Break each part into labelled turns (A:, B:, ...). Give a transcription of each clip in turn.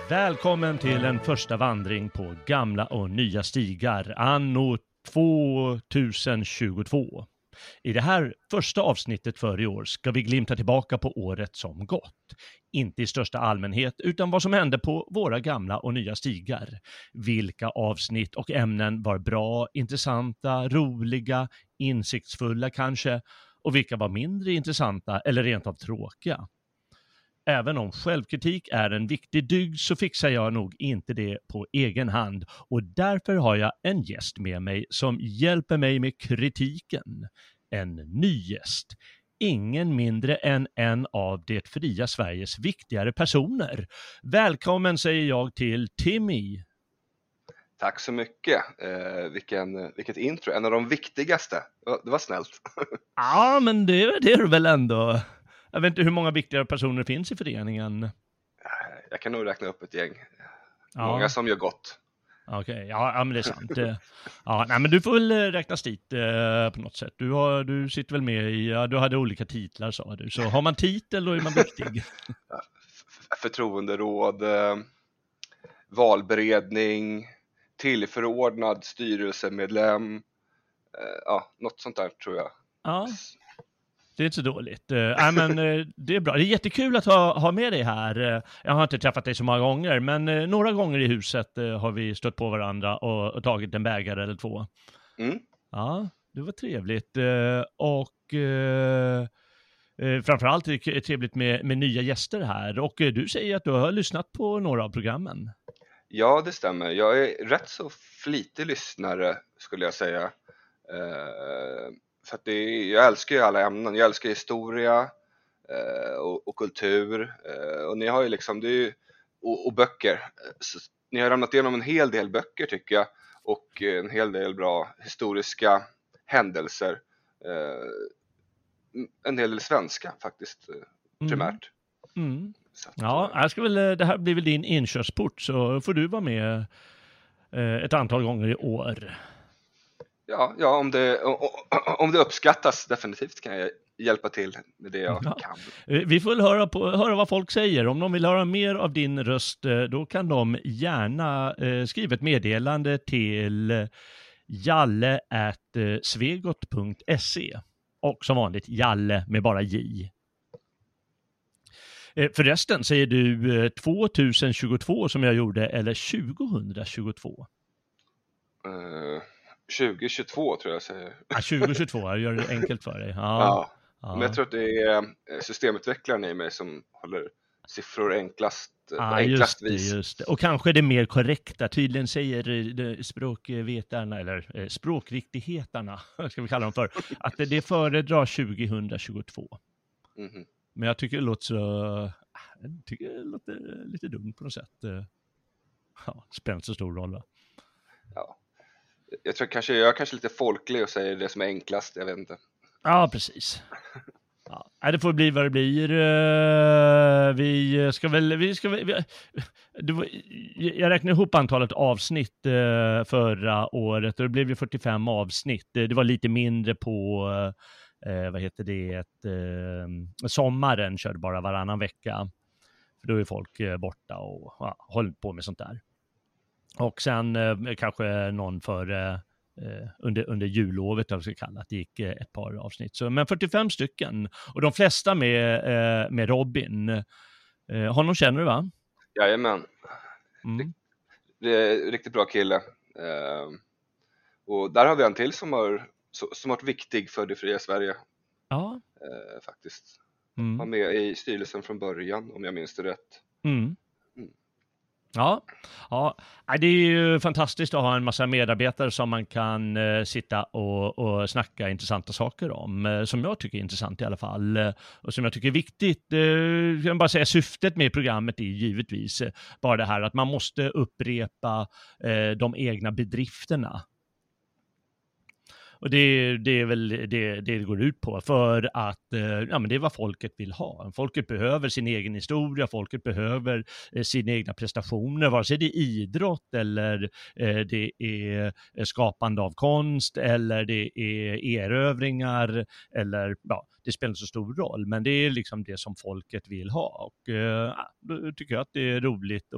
A: Välkommen till en första vandring på gamla och nya stigar anno 2022. I det här första avsnittet för i år ska vi glimta tillbaka på året som gått. Inte i största allmänhet utan vad som hände på våra gamla och nya stigar. Vilka avsnitt och ämnen var bra, intressanta, roliga, insiktsfulla kanske, och vilka var mindre intressanta eller rent av tråkiga. Även om självkritik är en viktig dygd så fixar jag nog inte det på egen hand, och därför har jag en gäst med mig som hjälper mig med kritiken. En ny gäst. Ingen mindre än en av det fria Sveriges viktigare personer. Välkommen säger jag till Timmy.
B: Tack så mycket. Vilket intro. En av de viktigaste. Det var snällt.
A: Ja, men det är det väl ändå. Jag vet inte hur många viktiga personer finns i föreningen.
B: Jag kan nog räkna upp ett gäng.
A: Ja.
B: Många som gör gott.
A: Okej, ja, men det är sant. Ja, nej, men du får väl räknas dit på något sätt. Du sitter väl med i, du hade olika titlar sa du. Så har man titel då är man viktig.
B: Förtroenderåd, valberedning, tillförordnad styrelsemedlem. Ja, något sånt där tror jag.
A: Ja. Det är inte så dåligt. Men det är bra. Det är jättekul att ha med dig här. Jag har inte träffat dig så många gånger, men några gånger i huset har vi stött på varandra och tagit en bägare eller två.
B: Mm.
A: Ja, det var trevligt. Och framförallt är det trevligt med nya gäster här. Och du säger att du har lyssnat på några av programmen.
B: Ja, det stämmer. Jag är rätt så flitig lyssnare skulle jag säga. För att jag älskar ju alla ämnen. Jag älskar historia och kultur. Och ni har ju liksom, det är ju, och böcker. Så ni har ramlat igenom en hel del böcker tycker jag. Och en hel del bra historiska händelser. En hel del svenska faktiskt, primärt.
A: Mm.
B: Så att,
A: ja, det här blir väl din inkörsport, så får du vara med ett antal gånger i år.
B: Ja, om det uppskattas definitivt kan jag hjälpa till med det jag kan.
A: Vi får höra vad folk säger. Om de vill höra mer av din röst, då kan de gärna skriva ett meddelande till jalle@svegot.se. Och som vanligt Jalle med bara J. Förresten, säger du 2022 som jag gjorde eller 2022?
B: 2022 tror jag säger.
A: Ja, 2022, jag gör det enkelt för dig.
B: Ja. Men jag tror att det är systemutvecklaren i mig som håller siffror enklast vis.
A: Just det. Och kanske det mer korrekta. Tydligen säger språkvetarna, eller språkriktigheterna, ska vi kalla dem för, att det föredrar 2022.
B: Mm-hmm.
A: Men jag tycker det låter lite dumt på något sätt. Ja, spelar så stor roll va?
B: Ja. Jag tror jag är kanske lite folklig och säger det som är enklast, jag vet inte.
A: Ja, precis. Ja, det får bli vad det blir. Jag räknar ihop antalet avsnitt förra året och det blev ju 45 avsnitt. Det var lite mindre på sommaren, körde bara varannan vecka. För då är folk borta och håller på med sånt där. Och sen kanske någon under jullovet, jag ska kalla det gick ett par avsnitt. Men 45 stycken. Och de flesta med Robin. Honom känner du va?
B: Jajamän. Det är riktigt bra kille. Och där har vi en till som har varit viktig för det fria Sverige.
A: Ja.
B: Faktiskt. Var med i styrelsen från början, om jag minns det rätt.
A: Ja, det är ju fantastiskt att ha en massa medarbetare som man kan sitta och snacka intressanta saker om, som jag tycker är intressant i alla fall, och som jag tycker är viktigt. Jag kan bara säga syftet med programmet är givetvis bara det här att man måste upprepa de egna bedrifterna. Och det är väl det går ut på, för att men det är vad folket vill ha. Folket behöver sin egen historia, folket behöver sina egna prestationer, vare sig det är idrott eller det är skapande av konst eller det är erövringar eller det spelar inte så stor roll, men det är liksom det som folket vill ha, och då tycker jag att det är roligt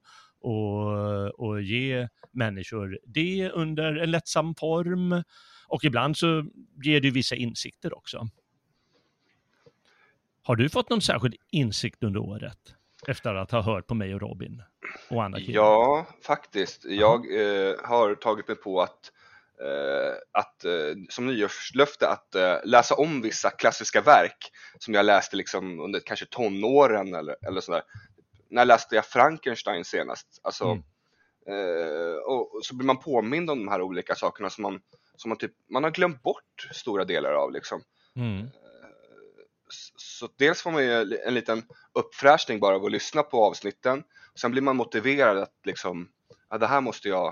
A: och ge människor det under en lättsam form, och ibland så ger det vissa insikter också. Har du fått någon särskild insikt under året efter att ha hört på mig och Robin och andra killar?
B: Ja, faktiskt. Jag har tagit mig på att som nyårslöfte att läsa om vissa klassiska verk som jag läste liksom under kanske tonåren eller sådär. När läste jag Frankenstein senast? Alltså, och så blir man påmind om de här olika sakerna som man har glömt bort stora delar av liksom. Så dels får man ju en liten uppfräschning bara av att lyssna på avsnitten. Sen blir man motiverad att liksom, det här måste jag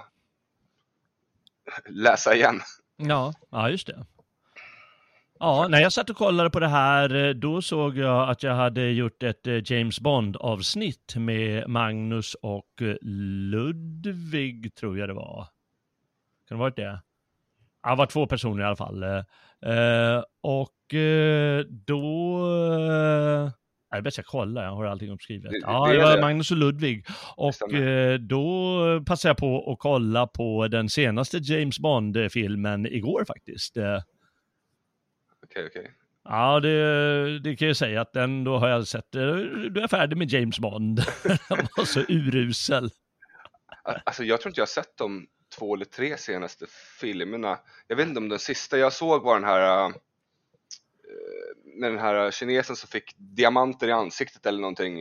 B: läsa igen.
A: Ja, just det. Ja, när jag satt och kollade på det här, då såg jag att jag hade gjort ett James Bond-avsnitt med Magnus och Ludvig, tror jag det var. Kan det ha varit det? Ja, det var 2 personer i alla fall. Och då... Jag bäst jag kolla, jag har allting uppskrivet. Det var Magnus och Ludvig. Och då passade jag på att kolla på den senaste James Bond-filmen igår faktiskt.
B: Okej.
A: Ja, det kan jag säga att då har jag sett. Du är färdig med James Bond. Han var så urusel.
B: Alltså jag tror inte jag har sett de 2 eller 3 senaste filmerna. Jag vet inte om den sista jag såg var den här med den här kinesen som fick diamanter i ansiktet eller någonting.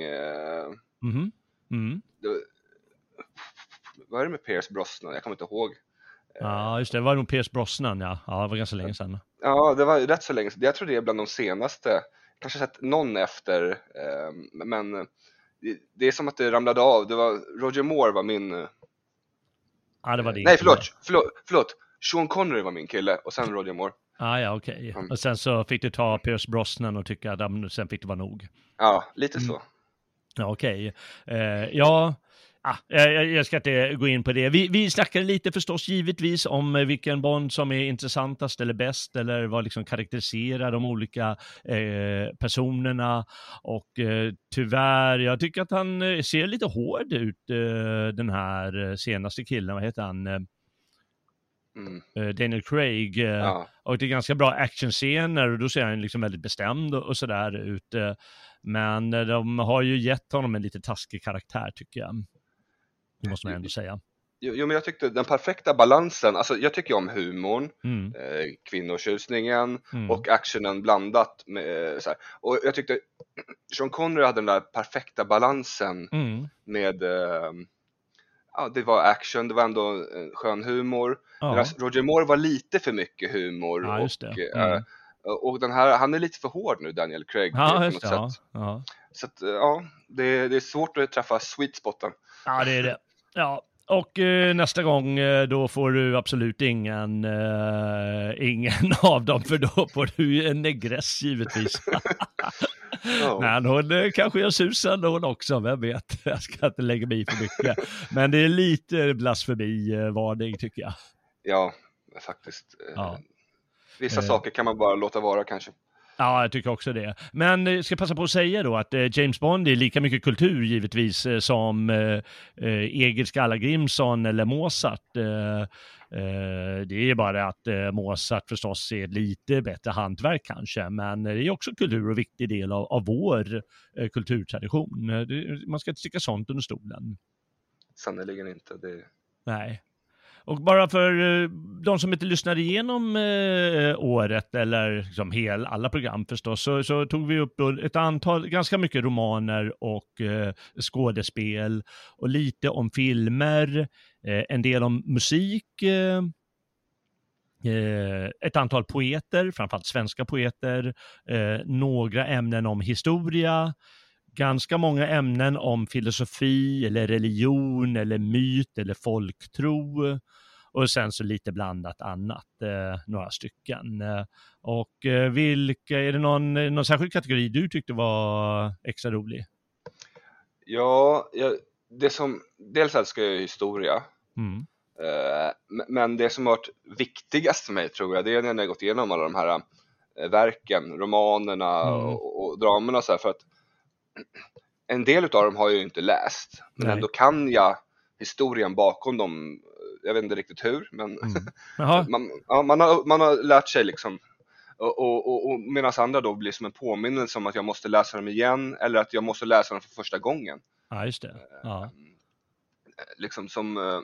B: Vad är det med Pierce Brosnan? Jag kommer inte ihåg.
A: Ja, just det. Det var nog Pierce Brosnan, ja. Ja, det var ganska länge sedan.
B: Ja, det var rätt så länge sedan. Jag tror det är bland de senaste. Kanske sett någon efter. Men det är som att det ramlade av. Det var Roger Moore var min...
A: Ja, det var det.
B: Nej, förlåt. Sean Connery var min kille och sen Roger Moore.
A: Ja, okej. Och sen så fick du ta Pierce Brosnan och tycka att sen fick det vara nog.
B: Ja, lite så.
A: Ja, okej. Jag ska inte gå in på det. Vi snackade lite förstås givetvis om vilken Bond som är intressantast eller bäst, eller vad liksom karaktäriserar de olika personerna. Och tyvärr, jag tycker att han ser lite hård ut, den här senaste killen. Vad heter han? Daniel Craig. Och det är ganska bra actionscener och då ser han liksom väldigt bestämd och sådär ut. Men de har ju gett honom en lite taskig karaktär, tycker jag. Det måste man ändå säga.
B: Jo, men jag tyckte den perfekta balansen, alltså jag tycker om humorn, kvinnotjusningen och actionen blandat med så här. Och jag tyckte Sean Connery hade den där perfekta balansen med det var action, det var ändå skön humor. Roger Moore var lite för mycket humor.
A: Ja, just det.
B: Och den här, han är lite för hård nu, Daniel Craig, på något sätt.
A: Ja.
B: Så att, det är svårt att träffa sweet spoten.
A: Ja, det är det. Ja, och nästa gång då får du absolut ingen av dem, för då får du en negress givetvis. Men hon kanske gör susen hon också, vem vet. Jag ska inte lägga mig i för mycket. Men det är lite blasfemi-varning, tycker jag.
B: Ja, faktiskt. Vissa saker kan man bara låta vara kanske.
A: Ja, jag tycker också det. Men jag ska passa på att säga då att James Bond är lika mycket kultur givetvis som Egil Skallagrimsson eller Mozart. Det är bara att Mozart förstås är ett lite bättre hantverk kanske, men det är också kultur och viktig del av vår kulturtradition. Man ska inte sticka sånt under stolen.
B: Sannoliken inte.
A: Nej. Och bara för de som inte lyssnade igenom året, eller liksom alla program förstås, så tog vi upp ett antal, ganska mycket romaner och skådespel och lite om filmer, en del om musik, ett antal poeter, framförallt svenska poeter, några ämnen om historia, ganska många ämnen om filosofi eller religion eller myt eller folktro. och sen så lite blandat annat, några stycken. Och vilka, är det någon särskild kategori du tyckte var extra rolig?
B: Ja, det som, dels älskar jag historia. Men det som har varit viktigast för mig, tror jag, det är när jag har gått igenom alla de här verken, romanerna och dramerna så här, för att en del av dem har jag ju inte läst, men ändå kan jag historien bakom dem. Jag vet inte riktigt hur, men man har lärt sig liksom. Och medan andra då blir som en påminnelse om att jag måste läsa dem igen, eller att jag måste läsa dem för första gången.
A: Ja, just det. Ja.
B: Liksom som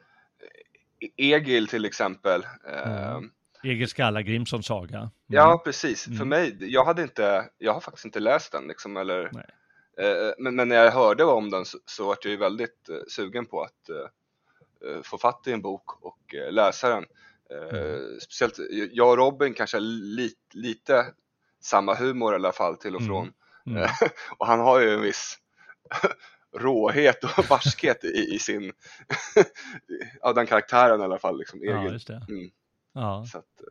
B: Egil till exempel.
A: Egil Skallagrimssons saga.
B: Ja, precis. För mig, jag har faktiskt inte läst den liksom, eller men när jag hörde om den så var jag ju väldigt sugen på att få fatt i en bok och läsa den. Speciellt jag och Robin kanske lite samma humor i alla fall till och från. Och han har ju en viss råhet och barskhet i sin av den karaktären i alla fall liksom, Egil.
A: Ja, just det.
B: Så att,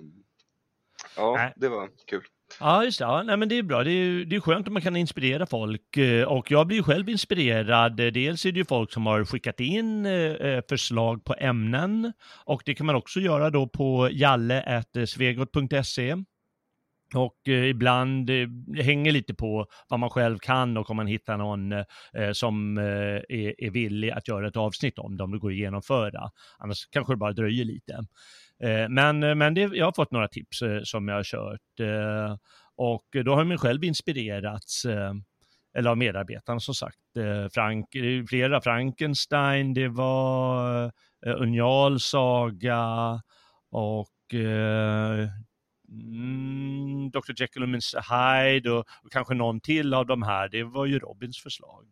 B: det var kul.
A: Ja, just det. Ja, nej, men det är bra. Det är skönt om man kan inspirera folk. Och jag blir själv inspirerad. Dels är det ju folk som har skickat in förslag på ämnen. Och det kan man också göra då på jalle@svegot.se. Och ibland hänger lite på vad man själv kan, och om man hittar någon som är villig att göra ett avsnitt om det går att genomföra. Annars kanske det bara dröjer lite. Men jag har fått några tips som jag har kört. Och då har man själv inspirerats, eller av medarbetarna som sagt. Flera Frankenstein, det var Unjal saga och Dr. Jekyll och Mr. Hyde och kanske någon till av de här. Det var ju Robins förslag.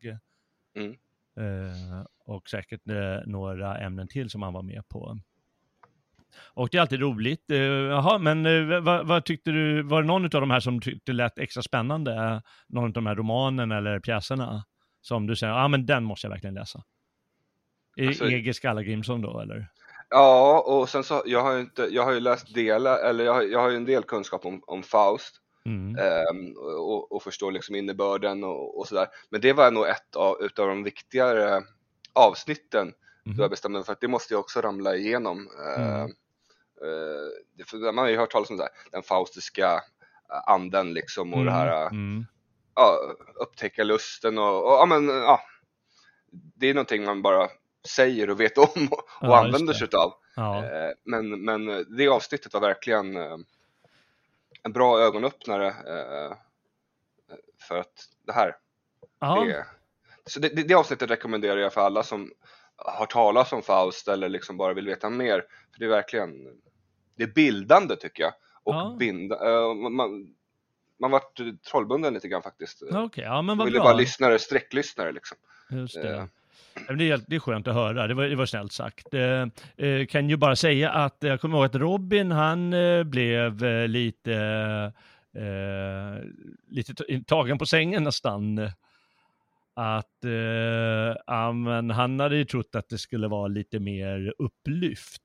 A: Och säkert några ämnen till som han var med på. Och det är alltid roligt. Men vad tyckte du, var det någon av de här som tyckte lät extra spännande? Någon av de här romanerna eller pjäserna som du säger, men den måste jag verkligen läsa. Alltså, Egil Skallagrimson då, eller?
B: Ja, och sen så jag har ju läst jag har ju en del kunskap om Faust. Och förstår liksom innebörden och sådär. Men det var nog utav de viktigare avsnitten då jag bestämde mig för att det måste jag också ramla igenom. Man har ju hört talas om det här, den faustiska anden liksom, och det här upptäcka lusten det är någonting man bara säger och vet om och använder sig av. Men det avsnittet var verkligen en bra ögonöppnare för att det här så det avsnittet rekommenderar jag för alla som har talat om Faust eller liksom bara vill veta mer, för det är verkligen, det är bildande tycker jag, och man vart trollbunden lite grann faktiskt.
A: Men vad
B: ville
A: bra.
B: Bara sträcklyssnare liksom.
A: Just det. Det är skönt att höra, det var snällt sagt. Kan ju bara säga att jag kommer ihåg att Robin, han blev lite tagen på sängen nästan. Att men han hade ju trott att det skulle vara lite mer upplyft.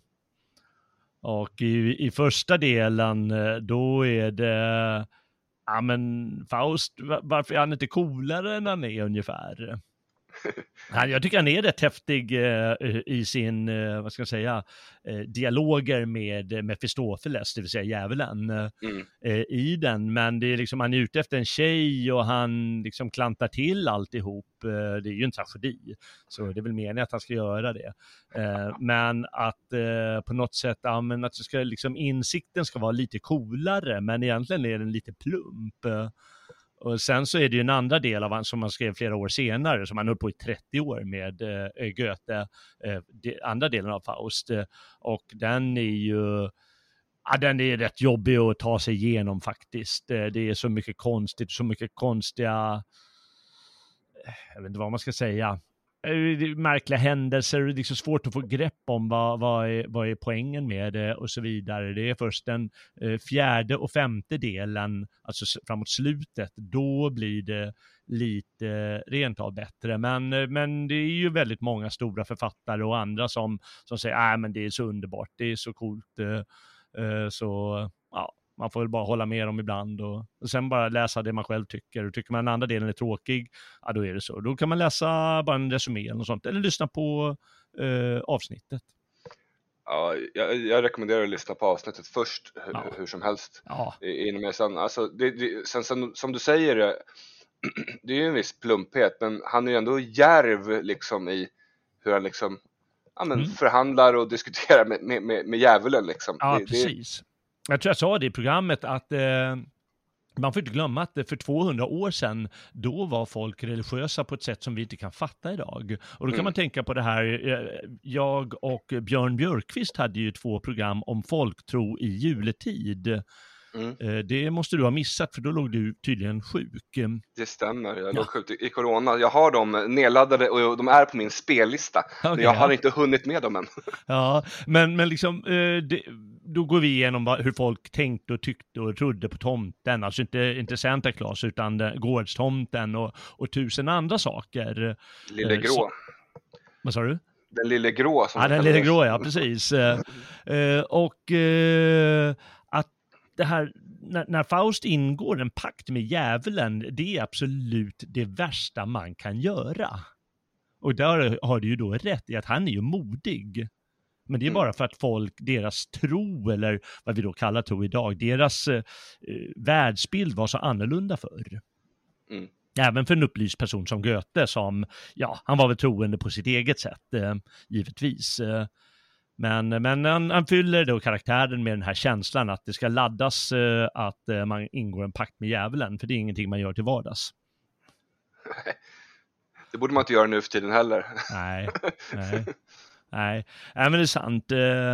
A: Och i första delen då är det Faust, varför är han inte coolare än han är ungefär? Jag tycker han är rätt häftig i sin, vad ska jag säga, dialoger med Mefistofeles, det vill säga djävulen i den. Men det är liksom, han är ute efter en tjej och han liksom klantar till alltihop. Det är ju en tragedi, så det är väl meningen att han ska göra det. Men att på något sätt, att det ska, liksom, insikten ska vara lite coolare, men egentligen är den lite plump. Och sen så är det ju en andra del av han som man skrev flera år senare, som han höll på i 30 år med Goethe, andra delen av Faust. Och den är ju den är rätt jobbig att ta sig igenom faktiskt. Det är så mycket konstigt, så mycket konstiga, jag vet inte vad man ska säga. märkliga händelser, det är liksom svårt att få grepp om vad är poängen med det och så vidare. Det är först den fjärde och femte delen, alltså framåt slutet, då blir det lite rent av bättre. Men det är ju väldigt många stora författare och andra som säger men det är så underbart, det är så coolt, så ja, man får väl bara hålla med dem ibland och sen bara läsa det man själv tycker. Och tycker man den andra delen är tråkig, ja då är det så. Då kan man läsa bara en resumé eller något sånt, eller lyssna på avsnittet.
B: Ja, jag rekommenderar att lyssna på avsnittet först, hur som helst.
A: Ja.
B: Alltså, sen som du säger, det är ju en viss plumphet, men han är ju ändå djärv liksom i hur han liksom förhandlar och diskuterar med djävulen liksom.
A: Ja, precis. Jag tror jag sa det i programmet att man får inte glömma att för 200 år sedan då var folk religiösa på ett sätt som vi inte kan fatta idag. Och då kan man tänka på det här, jag och Björn Björkqvist hade ju 2 program om folktro i juletid. Det måste du ha missat, för då låg du tydligen sjuk.
B: Det stämmer, jag låg sjuk i corona. Jag har dem nedladdade och de är på min spellista. Okay, men jag har inte hunnit med dem än. Ja,
A: men liksom då går vi igenom hur folk tänkte och tyckte och trodde på tomten. Alltså inte Santa Claus utan gårdstomten och 1000 andra saker.
B: Lille grå.
A: Vad sa du?
B: Den lille grå.
A: Den lille grå, ja precis. Att det här, när Faust ingår en pakt med djävulen, det är absolut det värsta man kan göra. Och där har du ju då rätt i att han är ju modig. Men det är bara för att deras tro, eller vad vi då kallar tro idag, deras världsbild var så annorlunda förr. Även för en upplyst person som Goethe, som, han var väl troende på sitt eget sätt, givetvis. Men han fyller då karaktären med den här känslan att det ska laddas, att man ingår en pakt med djävulen, för det är ingenting man gör till vardags.
B: Det borde man inte göra nu för tiden heller.
A: Nej, men det är sant.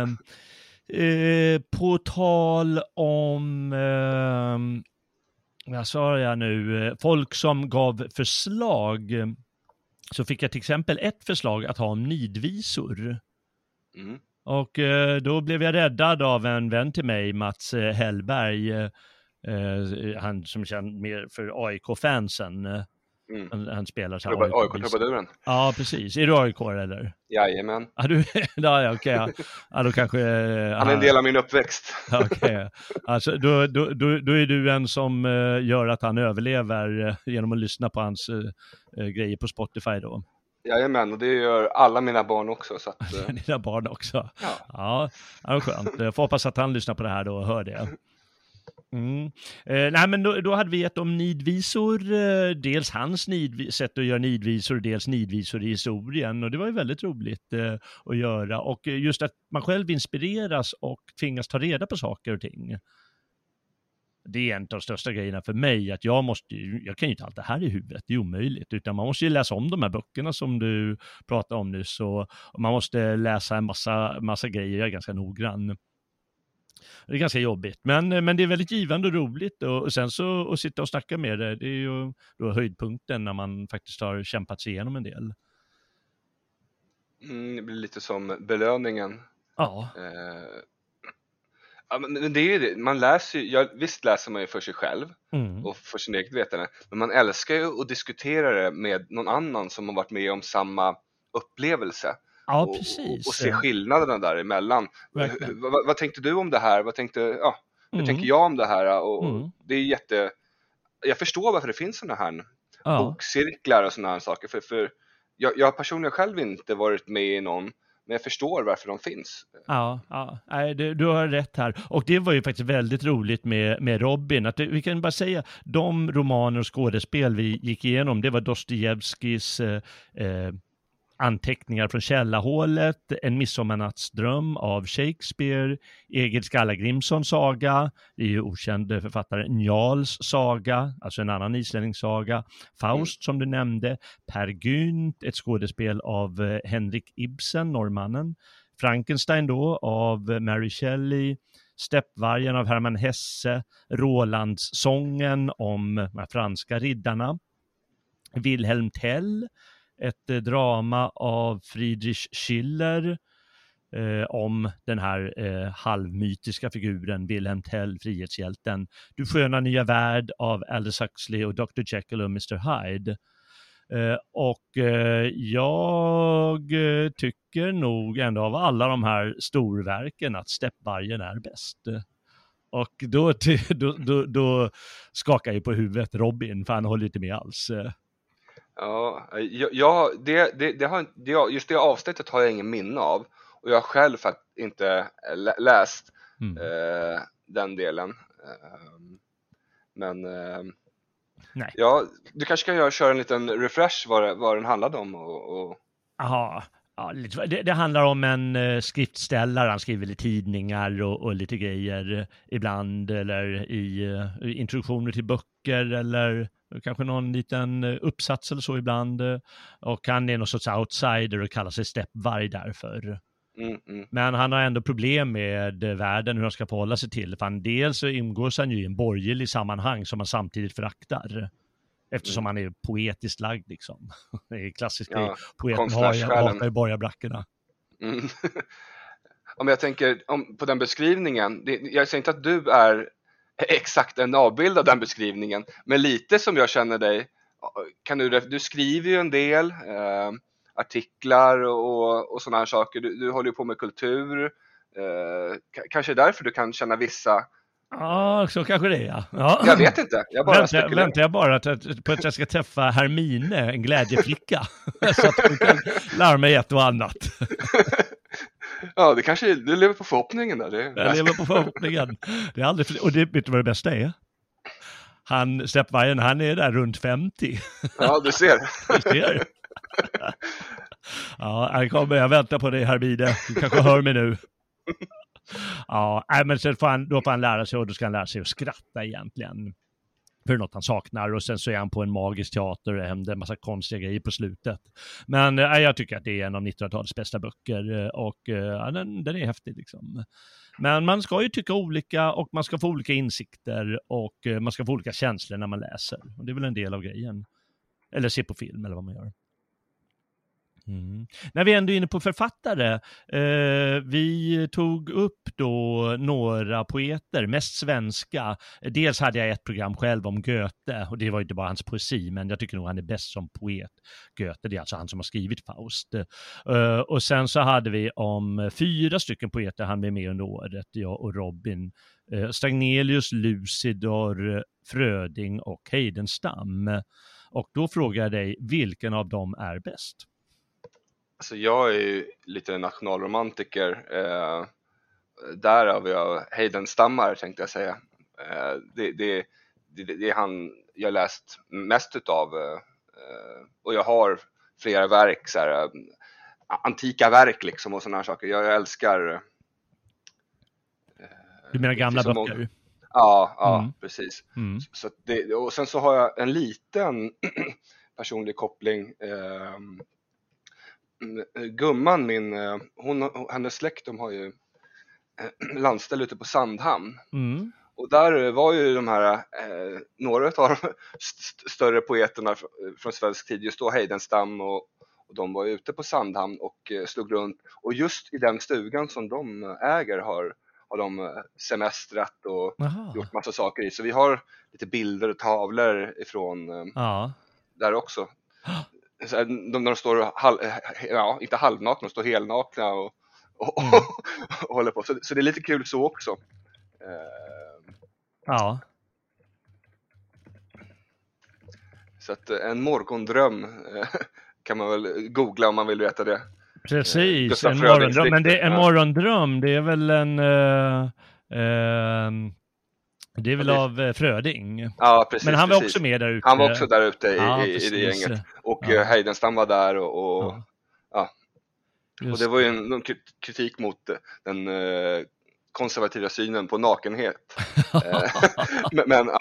A: På tal om, vad sa jag nu, folk som gav förslag, så fick jag till exempel ett förslag att ha om nidvisor. Och då blev jag räddad av en vän till mig, Mats Hellberg, han som känner mer för AIK-fansen. Han spelar så här
B: AIK-trubaduren.
A: Ja, precis. Är du AIK eller?
B: Jajamän.
A: Okej. Ja, då kanske...
B: han är en del av min uppväxt.
A: Okej. Alltså, då är du en som gör att han överlever genom att lyssna på hans grejer på Spotify då.
B: Jajamän, och det gör alla mina barn också. Så att,
A: dina barn också? Ja, skönt. Jag får hoppas att han lyssnar på det här då och hör det. Nej, men då hade vi ett om nidvisor, dels hans sätt att göra nidvisor, dels nidvisor i historien, och det var ju väldigt roligt att göra, och just att man själv inspireras och tvingas ta reda på saker och ting. Det är en av de största grejerna för mig, att jag kan ju inte allt det här i huvudet, det är omöjligt, utan man måste ju läsa om de här böckerna som du pratade om nyss, och man måste läsa en massa grejer, jag är ganska noggrann. Det är ganska jobbigt, men det är väldigt givande och roligt, och sen så att sitta och snacka med det är ju då höjdpunkten när man faktiskt har kämpat sig igenom en del.
B: Det blir lite som belöningen.
A: Ja.
B: Men det är ju det. Man läser ju, visst läser man ju för sig själv och för sin eget vetande, men man älskar ju att diskutera det med någon annan som har varit med om samma upplevelse.
A: Ja, precis.
B: Och se skillnaderna däremellan. Vad tänkte du om det här? Hur tänker jag om det här? Och det är jag förstår varför det finns såna här bokcirklar och såna här saker. För jag har personligen själv inte varit med i någon, men jag förstår varför de finns.
A: Ja. Nej, du har rätt här. Och det var ju faktiskt väldigt roligt med Robin. Att vi kan bara säga, de romaner och skådespel vi gick igenom, det var Dostojevskijs anteckningar från källarhålet, En midsommarnattsdröm av Shakespeare, Egil Skallagrimssons saga, det är ju okänd författare, Njals saga, alltså en annan islänningssaga, Faust som du nämnde, Per Gynt, ett skådespel av Henrik Ibsen, norrmannen, Frankenstein då av Mary Shelley, Steppvargen av Hermann Hesse, Rolandssången om de franska riddarna, Wilhelm Tell, ett drama av Friedrich Schiller om den här halvmytiska figuren Wilhelm Tell, frihetshjälten. Du sköna nya värld av Aldous Huxley och Dr. Jekyll och Mr. Hyde. Jag tycker nog ändå av alla de här storverken att Steppvargen är bäst. Och då skakar jag på huvudet Robin, för han håller inte med alls.
B: Ja, just det avsnittet har jag ingen minne av. Och jag har själv inte läst den delen. Men
A: nej.
B: Ja, du kanske kan köra en liten refresh vad den handlade om.
A: Aha. Ja, det handlar om en skriftställare, han skriver lite tidningar och lite grejer ibland, eller i introduktioner till böcker, eller kanske någon liten uppsats eller så ibland. Och han är någon sorts outsider och kallar sig Steppvarg därför. Men han har ändå problem med världen, hur han ska förhålla sig till. För dels så ingår han ju i en borgerlig sammanhang som han samtidigt föraktar. Eftersom han är poetiskt lagd liksom. Det är klassiskt, poeten hatar i borgarbrackorna.
B: Om jag tänker på den beskrivningen, jag säger inte att du är exakt en avbild av den beskrivningen, men lite som jag känner dig, du skriver ju en del artiklar och sådana här saker, du håller ju på med kultur, kanske därför du kan känna vissa.
A: Ja, så kanske det är, ja.
B: Jag vet inte, jag bara
A: väntar jag bara på att jag ska träffa Hermine, en glädjeflicka, så att hon kan lära mig ett och annat.
B: Ja, det kanske, du lever på förhoppningen där.
A: Jag lever på förhoppningen. Det är aldrig, och vet du vad det bästa är? Steppvargen, han är där runt 50.
B: Ja, du ser.
A: Ja, jag väntar på dig, Hermine. Du kanske hör mig nu. Ja, men sen då får han lära sig, och då ska han lära sig att skratta egentligen. För något han saknar, och sen så är han på en magisk teater och det händer en massa konstiga grejer på slutet. Men jag tycker att det är en av 1900-talets bästa böcker, och den är häftig liksom. Men man ska ju tycka olika, och man ska få olika insikter, och man ska få olika känslor när man läser. Och det är väl en del av grejen. Eller se på film eller vad man gör. När vi ändå är inne på författare, vi tog upp då några poeter, mest svenska. Dels hade jag ett program själv om Goethe, och det var inte bara hans poesi, men jag tycker nog han är bäst som poet. Goethe, det är alltså han som har skrivit Faust. Och sen så hade vi om 4 stycken poeter han med under året, jag och Robin. Stagnelius, Lucidor, Fröding och Heidenstam. Och då frågar jag dig, vilken av dem är bäst?
B: Alltså jag är ju lite nationalromantiker, därav jag Heidenstammar tänkte jag säga. Det är han jag läst mest utav, och jag har flera verk, så här, antika verk liksom och sådana här saker. Jag älskar.
A: Du menar gamla böcker?
B: Ja, precis. Så och sen så har jag en liten personlig koppling. Gumman min, hennes släkt, de har ju landställe ute på Sandhamn. Och där var ju de här några av de större poeterna från svensk tid, just då Heidenstam, och de var ju ute på Sandhamn och slog runt, och just i den stugan som de äger har de semestrat och gjort massa saker i, så vi har lite bilder och tavlor ifrån där också. Så när de står inte halvnakna, de står helnakna och håller på. Så det är lite kul så också.
A: Ja.
B: Så att en morgondröm kan man väl googla om man vill veta det.
A: Precis, en morgondröm. Men en morgondröm, det är väl det är väl av Fröding.
B: Ja, precis.
A: Men han var också med där ute.
B: Han var också där ute i det gänget. Och Heidenstam var där och det var ju en kritik mot den konservativa synen på nakenhet. Men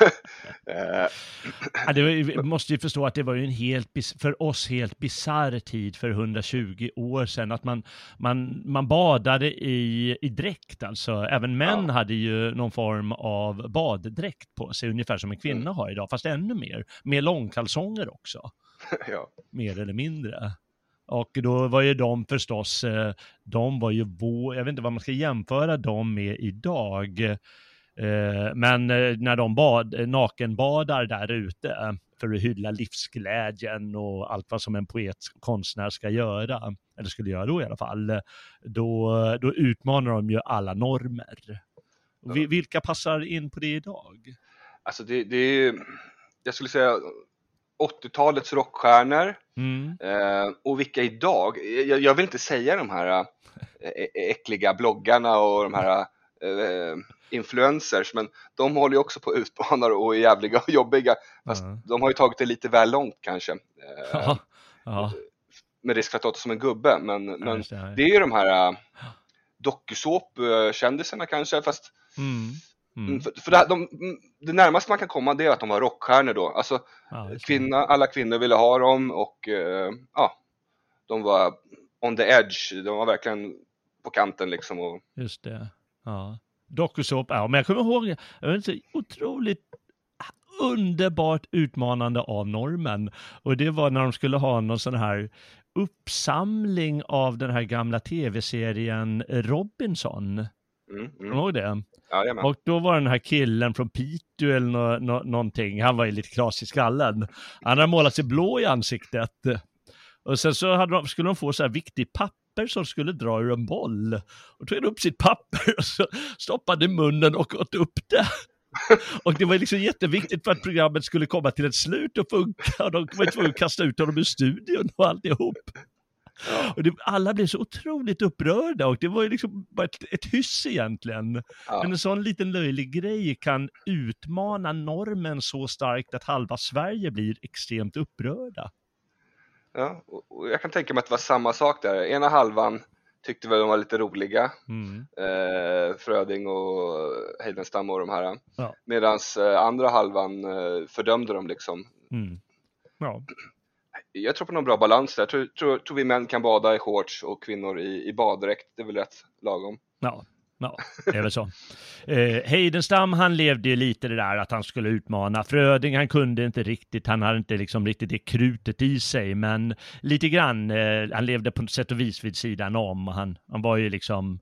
A: vi måste ju förstå att det var ju en för oss helt bizarr tid för 120 år sedan, att man badade i dräkt, alltså även män hade ju någon form av baddräkt på sig, ungefär som en kvinna har idag, fast ännu mer, med långkalsonger också.
B: Ja.
A: Mer eller mindre. Och då var ju de förstås, de var ju jag vet inte vad man ska jämföra dem med idag. Men när de nakenbadar där ute för att hylla livsglädjen och allt vad som en konstnär ska göra, eller skulle göra då i alla fall, då utmanar de ju alla normer.
B: Ja.
A: Vilka passar in på det idag?
B: Alltså det är, jag skulle säga 80-talets rockstjärnor. Och vilka idag, jag vill inte säga de här äckliga bloggarna och de här influencers, men de håller ju också på utmanar och är jävliga och jobbiga, fast de har ju tagit det lite väl långt kanske. Med risk för att låta som en gubbe, men det är ju de här dokusåp-kändisarna kanske, fast för det närmaste man kan komma, det är att de var rockstjärnor då. Alltså alla kvinnor ville ha dem, och de var on the edge. De var verkligen på kanten liksom. Och...
A: Just det. Ja. Dokusåp, men jag kommer ihåg, jag vet inte, otroligt underbart utmanande av normen. Och det var när de skulle ha någon sån här uppsamling av den här gamla tv-serien Robinson. Kommer du ihåg det?
B: Ja,
A: och då var den här killen från Piteå eller någonting, han var ju lite kras i skallen. Han hade målat sig blå i ansiktet. Och sen så skulle de få så här viktig papper som skulle dra ur en boll. Och tog upp sitt papper och så stoppade i munnen och åt upp det. Och det var liksom jätteviktigt för att programmet skulle komma till ett slut och funka. Och de var tvungna att kasta ut honom ur studion och alltihop. Ja. Och alla blev så otroligt upprörda, och det var ju liksom bara ett hyss egentligen. Ja. Men en sån liten löjlig grej kan utmana normen så starkt att halva Sverige blir extremt upprörda.
B: Ja, och jag kan tänka mig att det var samma sak där. Ena halvan tyckte väl de var lite roliga. Fröding och Heidenstam och de här. Ja. Medan andra halvan fördömde dem liksom. Ja. Jag tror på någon bra balans där. Tror vi män kan bada i shorts och kvinnor i baddräkt. Det är väl rätt lagom.
A: Ja, det är väl så. Heidenstam, han levde ju lite det där att han skulle utmana. Fröding, han kunde inte riktigt. Han hade inte liksom riktigt det krutet i sig. Men lite grann, han levde på sätt och vis vid sidan om. Han var ju liksom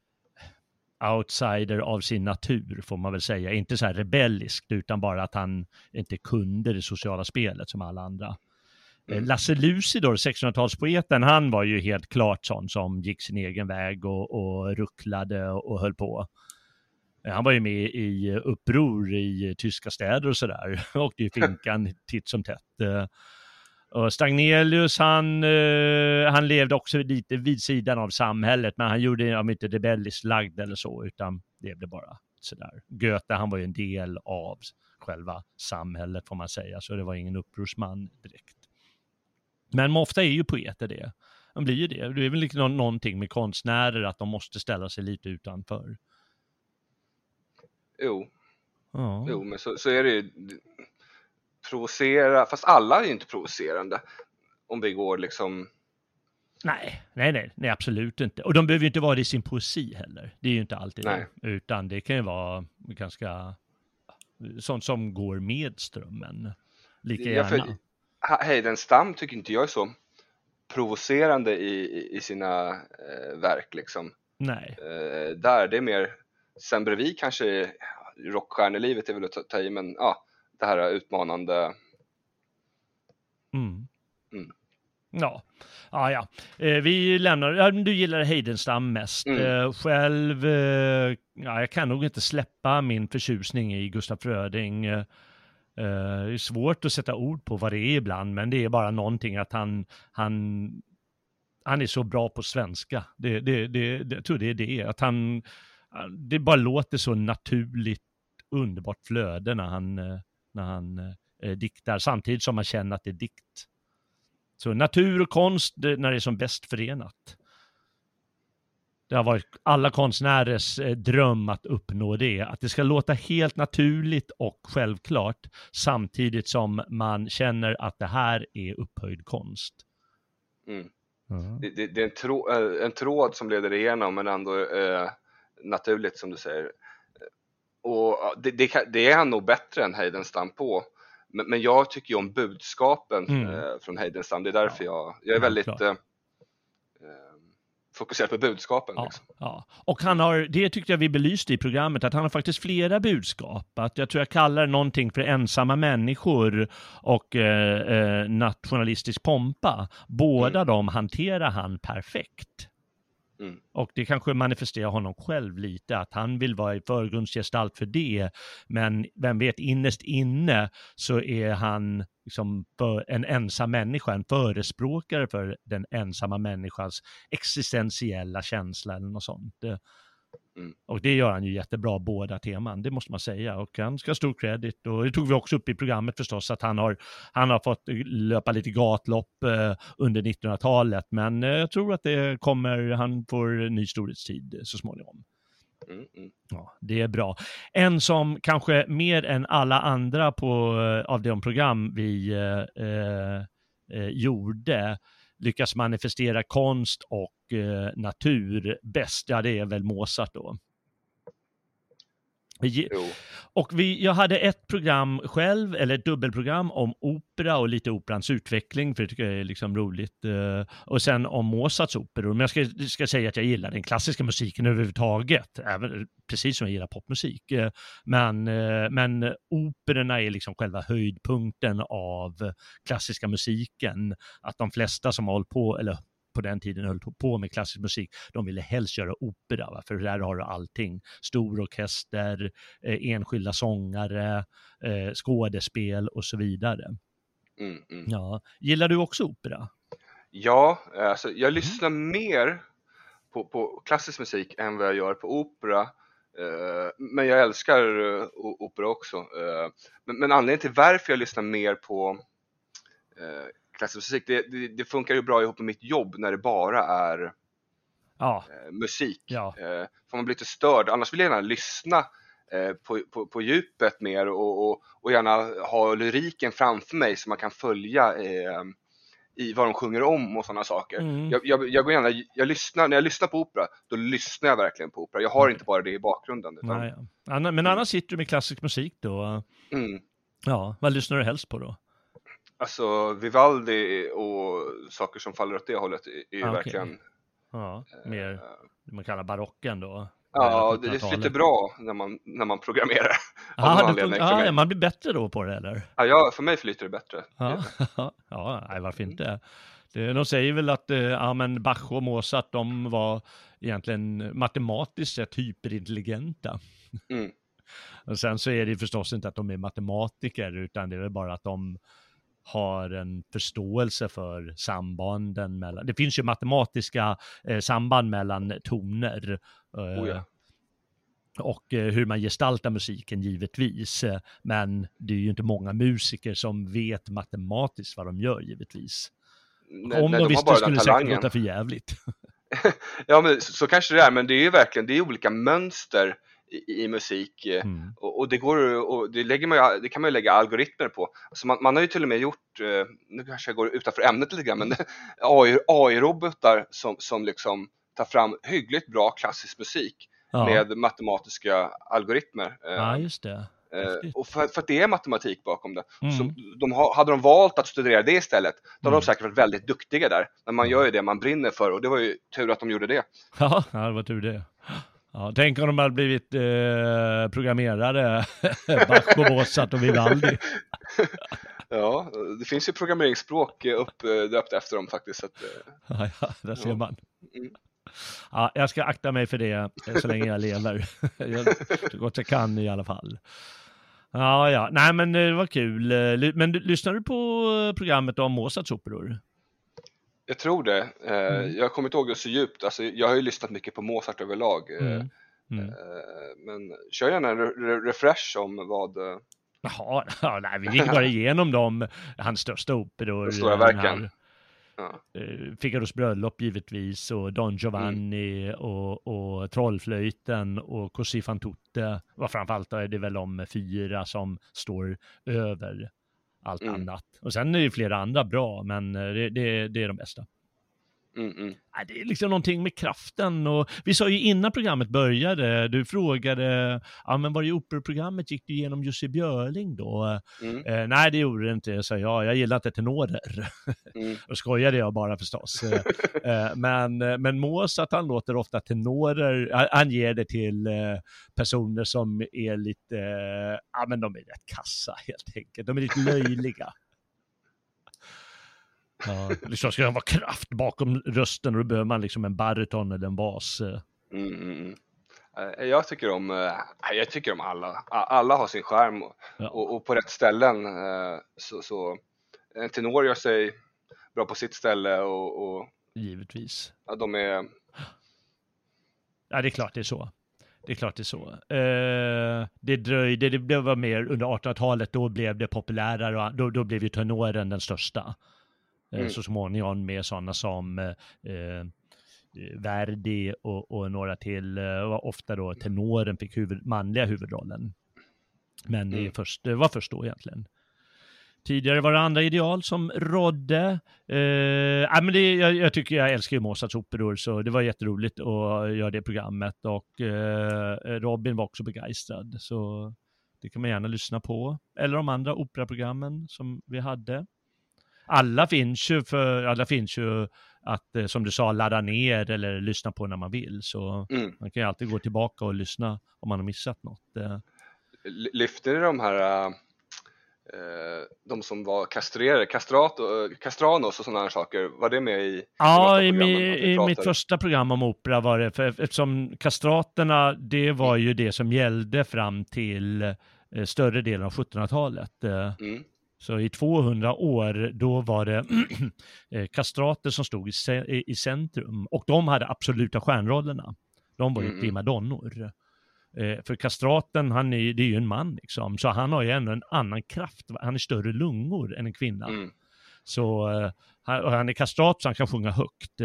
A: outsider av sin natur, får man väl säga. Inte så här rebelliskt, utan bara att han inte kunde det sociala spelet som alla andra. Lasse Lucidor, 1600-talspoeten, han var ju helt klart sån som gick sin egen väg och rucklade och höll på. Han var ju med i uppror i tyska städer och sådär. Åkte ju finkan titt som tätt. Och Stagnelius, han levde också lite vid sidan av samhället, men han gjorde inte rebelliskt lagd eller så, utan levde bara sådär. Goethe, han var ju en del av själva samhället, får man säga, så det var ingen upprorsman direkt. Men ofta är ju poeter det. De blir ju det. Det är väl liksom någonting med konstnärer att de måste ställa sig lite utanför.
B: Jo, men så är det ju. Provocera, fast alla är ju inte provocerande. Om vi går liksom...
A: Nej, absolut inte. Och de behöver ju inte vara det i sin poesi heller. Det är ju inte alltid det. Utan det kan ju vara ganska sånt som går med strömmen. Lika gärna.
B: Heidenstam tycker inte jag är så provocerande i sina verk liksom.
A: Nej.
B: Där det är mer sen bredvid kanske rockstjärnelivet är väl att ta i, men det här utmanande.
A: Ja. Vi lämnar. Du gillar Heidenstam mest. Själv, jag kan nog inte släppa min förtjusning i Gustaf Fröding. Det är svårt att sätta ord på vad det är ibland, men det är bara någonting att han är så bra på svenska. Jag tror det är det. Att det bara låter så naturligt, underbart flöde när han diktar, samtidigt som man känner att det är dikt. Så natur och konst när det är som bäst förenat. Det har varit alla konstnärers dröm att uppnå det. Att det ska låta helt naturligt och självklart, samtidigt som man känner att det här är upphöjd konst.
B: Det är en tråd som leder igenom, men ändå naturligt som du säger. Och det är han nog bättre än Heidenstam på. Men jag tycker ju om budskapen från Heidenstam. Det är därför jag är väldigt fokuserad på budskapen.
A: Ja,
B: liksom.
A: ja. Och det tyckte jag vi belyste i programmet, att han har faktiskt flera budskap. Att jag tror jag kallar någonting för ensamma människor och nationalistisk pompa. Båda de hanterar han perfekt. Och det kanske manifesterar honom själv lite, att han vill vara i förgrundsgestalt för det, men vem vet, innerst inne så är han liksom en ensam människa, en förespråkare för den ensamma människans existentiella känsla eller något sånt. Och det gör han ju jättebra, båda teman, det måste man säga, och han ska ha stor credit, och det tog vi också upp i programmet förstås, att han har fått löpa lite gatlopp under 1900-talet, men jag tror att han får ny storhetstid så småningom. Ja, det är bra. En som kanske mer än alla andra av de program vi gjorde lyckas manifestera konst och natur bäst, ja, det är väl Mozart då. Och jag hade ett program själv, eller ett dubbelprogram om opera och lite operans utveckling, för det tycker jag är liksom roligt. Och sen om Mozarts operor. Men jag ska säga att jag gillar den klassiska musiken överhuvudtaget, även, precis som jag gillar popmusik. Men operorna är liksom själva höjdpunkten av klassiska musiken. Att de flesta som har hållit på, eller på den tiden höll på med klassisk musik, de ville helst göra opera, va? För där har du allting. Stor orkester, enskilda sångare, skådespel och så vidare. Ja. Gillar du också opera?
B: Ja, alltså jag lyssnar mer på klassisk musik än vad jag gör på opera. Men jag älskar opera också. Men anledningen till varför jag lyssnar mer på klassisk musik, det funkar ju bra ihop med mitt jobb när det bara är musik. Ja. Får man bli lite störd, annars vill jag gärna lyssna på djupet mer och gärna ha lyriken framför mig så man kan följa i vad de sjunger om och sådana saker. Jag går gärna, när jag lyssnar på opera, då lyssnar jag verkligen på opera. Jag har inte bara det i bakgrunden. Utan...
A: Nej, men annars sitter du med klassisk musik då. Ja, vad lyssnar du helst på då?
B: Alltså Vivaldi och saker som faller åt det hållet är ju verkligen...
A: Ja, mer det man kallar barocken då.
B: Ja, det flyter bra när man programmerar.
A: Man blir bättre då på det, eller?
B: Ja, för mig flyter det bättre.
A: Nej, varför inte? De säger väl att men Bach och Mozart, de var egentligen matematiskt sett hyperintelligenta. Och sen så är det förstås inte att de är matematiker, utan det är väl bara att de har en förståelse för sambanden mellan... Det finns ju matematiska samband mellan toner och hur man gestaltar musiken givetvis. Men det är ju inte många musiker som vet matematiskt vad de gör givetvis. Om de visste skulle det säkert låta för jävligt.
B: Ja, men så kanske det är, men det är ju verkligen, det är olika mönster i musik och det går, och det kan man ju lägga algoritmer på. Alltså man har ju till och med gjort, nu kanske jag går utanför ämnet lite grann, men AI-robotar som liksom tar fram hyggligt bra klassisk musik med matematiska algoritmer.
A: Ja, just det.
B: Och för att det är matematik bakom det. Så hade de valt att studera det istället, då hade de säkert varit väldigt duktiga där. Men man gör ju det man brinner för, och det var ju tur att de gjorde det.
A: Ja, det var tur det. Ja, tänk om de hade blivit programmerare, Bach och Mozart och Vivaldi.
B: Ja, det finns ju programmeringsspråk uppdöpt efter dem faktiskt. Så att,
A: ja, där ser man. Ja, jag ska akta mig för det så länge jag lever. Så gott jag kan i alla fall. Ja. Nej, men det var kul. Men lyssnar du på programmet om Mozarts operor?
B: Jag tror det. Jag kommer inte ihåg det så djupt. Alltså, jag har ju lyssnat mycket på Mozart överlag. Men kör gärna en refresh om vad...
A: Jaha, nej, vi gick bara igenom dem. Hans största operor.
B: De stora verken.
A: Figaros bröllop givetvis, och Don Giovanni och Trollflöjten och Così fan tutte. Och framförallt är det väl de 4 som står över allt annat. Och sen är det flera andra bra, men det är de bästa. Det är liksom någonting med kraften, och vi sa ju innan programmet började, du frågade, men var det i operaprogrammet gick du igenom Jussi Björling då? Nej, det gjorde det inte, sa jag gillar inte tenorer. Då skojade jag bara förstås. Men Mozart, han låter ofta tenorer, han ger det till personer som är lite, men de är rätt kassa helt enkelt, de är lite löjliga. Ja, liksom ska det vara kraft bakom rösten, och då behöver man liksom en bariton eller en bas.
B: Jag tycker om alla har sin skärm, och på rätt ställen, så en tenor gör sig bra på sitt ställe, och
A: givetvis.
B: Ja, de är...
A: Ja, det är klart det är så. Det dröjde, det var mer under 1800-talet, då blev det populärare, och då blev ju tenoren den största. Så småningom med sådana som Verdi och några till, var ofta då tenoren fick manliga huvudrollen. Men det var först då egentligen. Tidigare var det andra ideal som rådde. Men jag älskar ju Mozarts operor, så det var jätteroligt att göra det programmet, och Robin var också begeistrad, så det kan man gärna lyssna på. Eller de andra operaprogrammen som vi hade. Alla finns ju att, som du sa, ladda ner eller lyssna på när man vill, så man kan ju alltid gå tillbaka och lyssna om man har missat något.
B: Lyfter ni de här de som var kastrerade, Castranos och sådana här saker, var det med i?
A: Ja, i mitt första program om opera var det, eftersom kastraterna, det var ju det som gällde fram till större delen av 1700-talet. Så i 200 år, då var det kastrater som stod i centrum. Och de hade absoluta stjärnrollerna. De var ju primadonnor. För kastraten, det är ju en man liksom. Så han har ju ändå en annan kraft. Han är större lungor än en kvinna. Så han är kastrat, så han kan sjunga högt.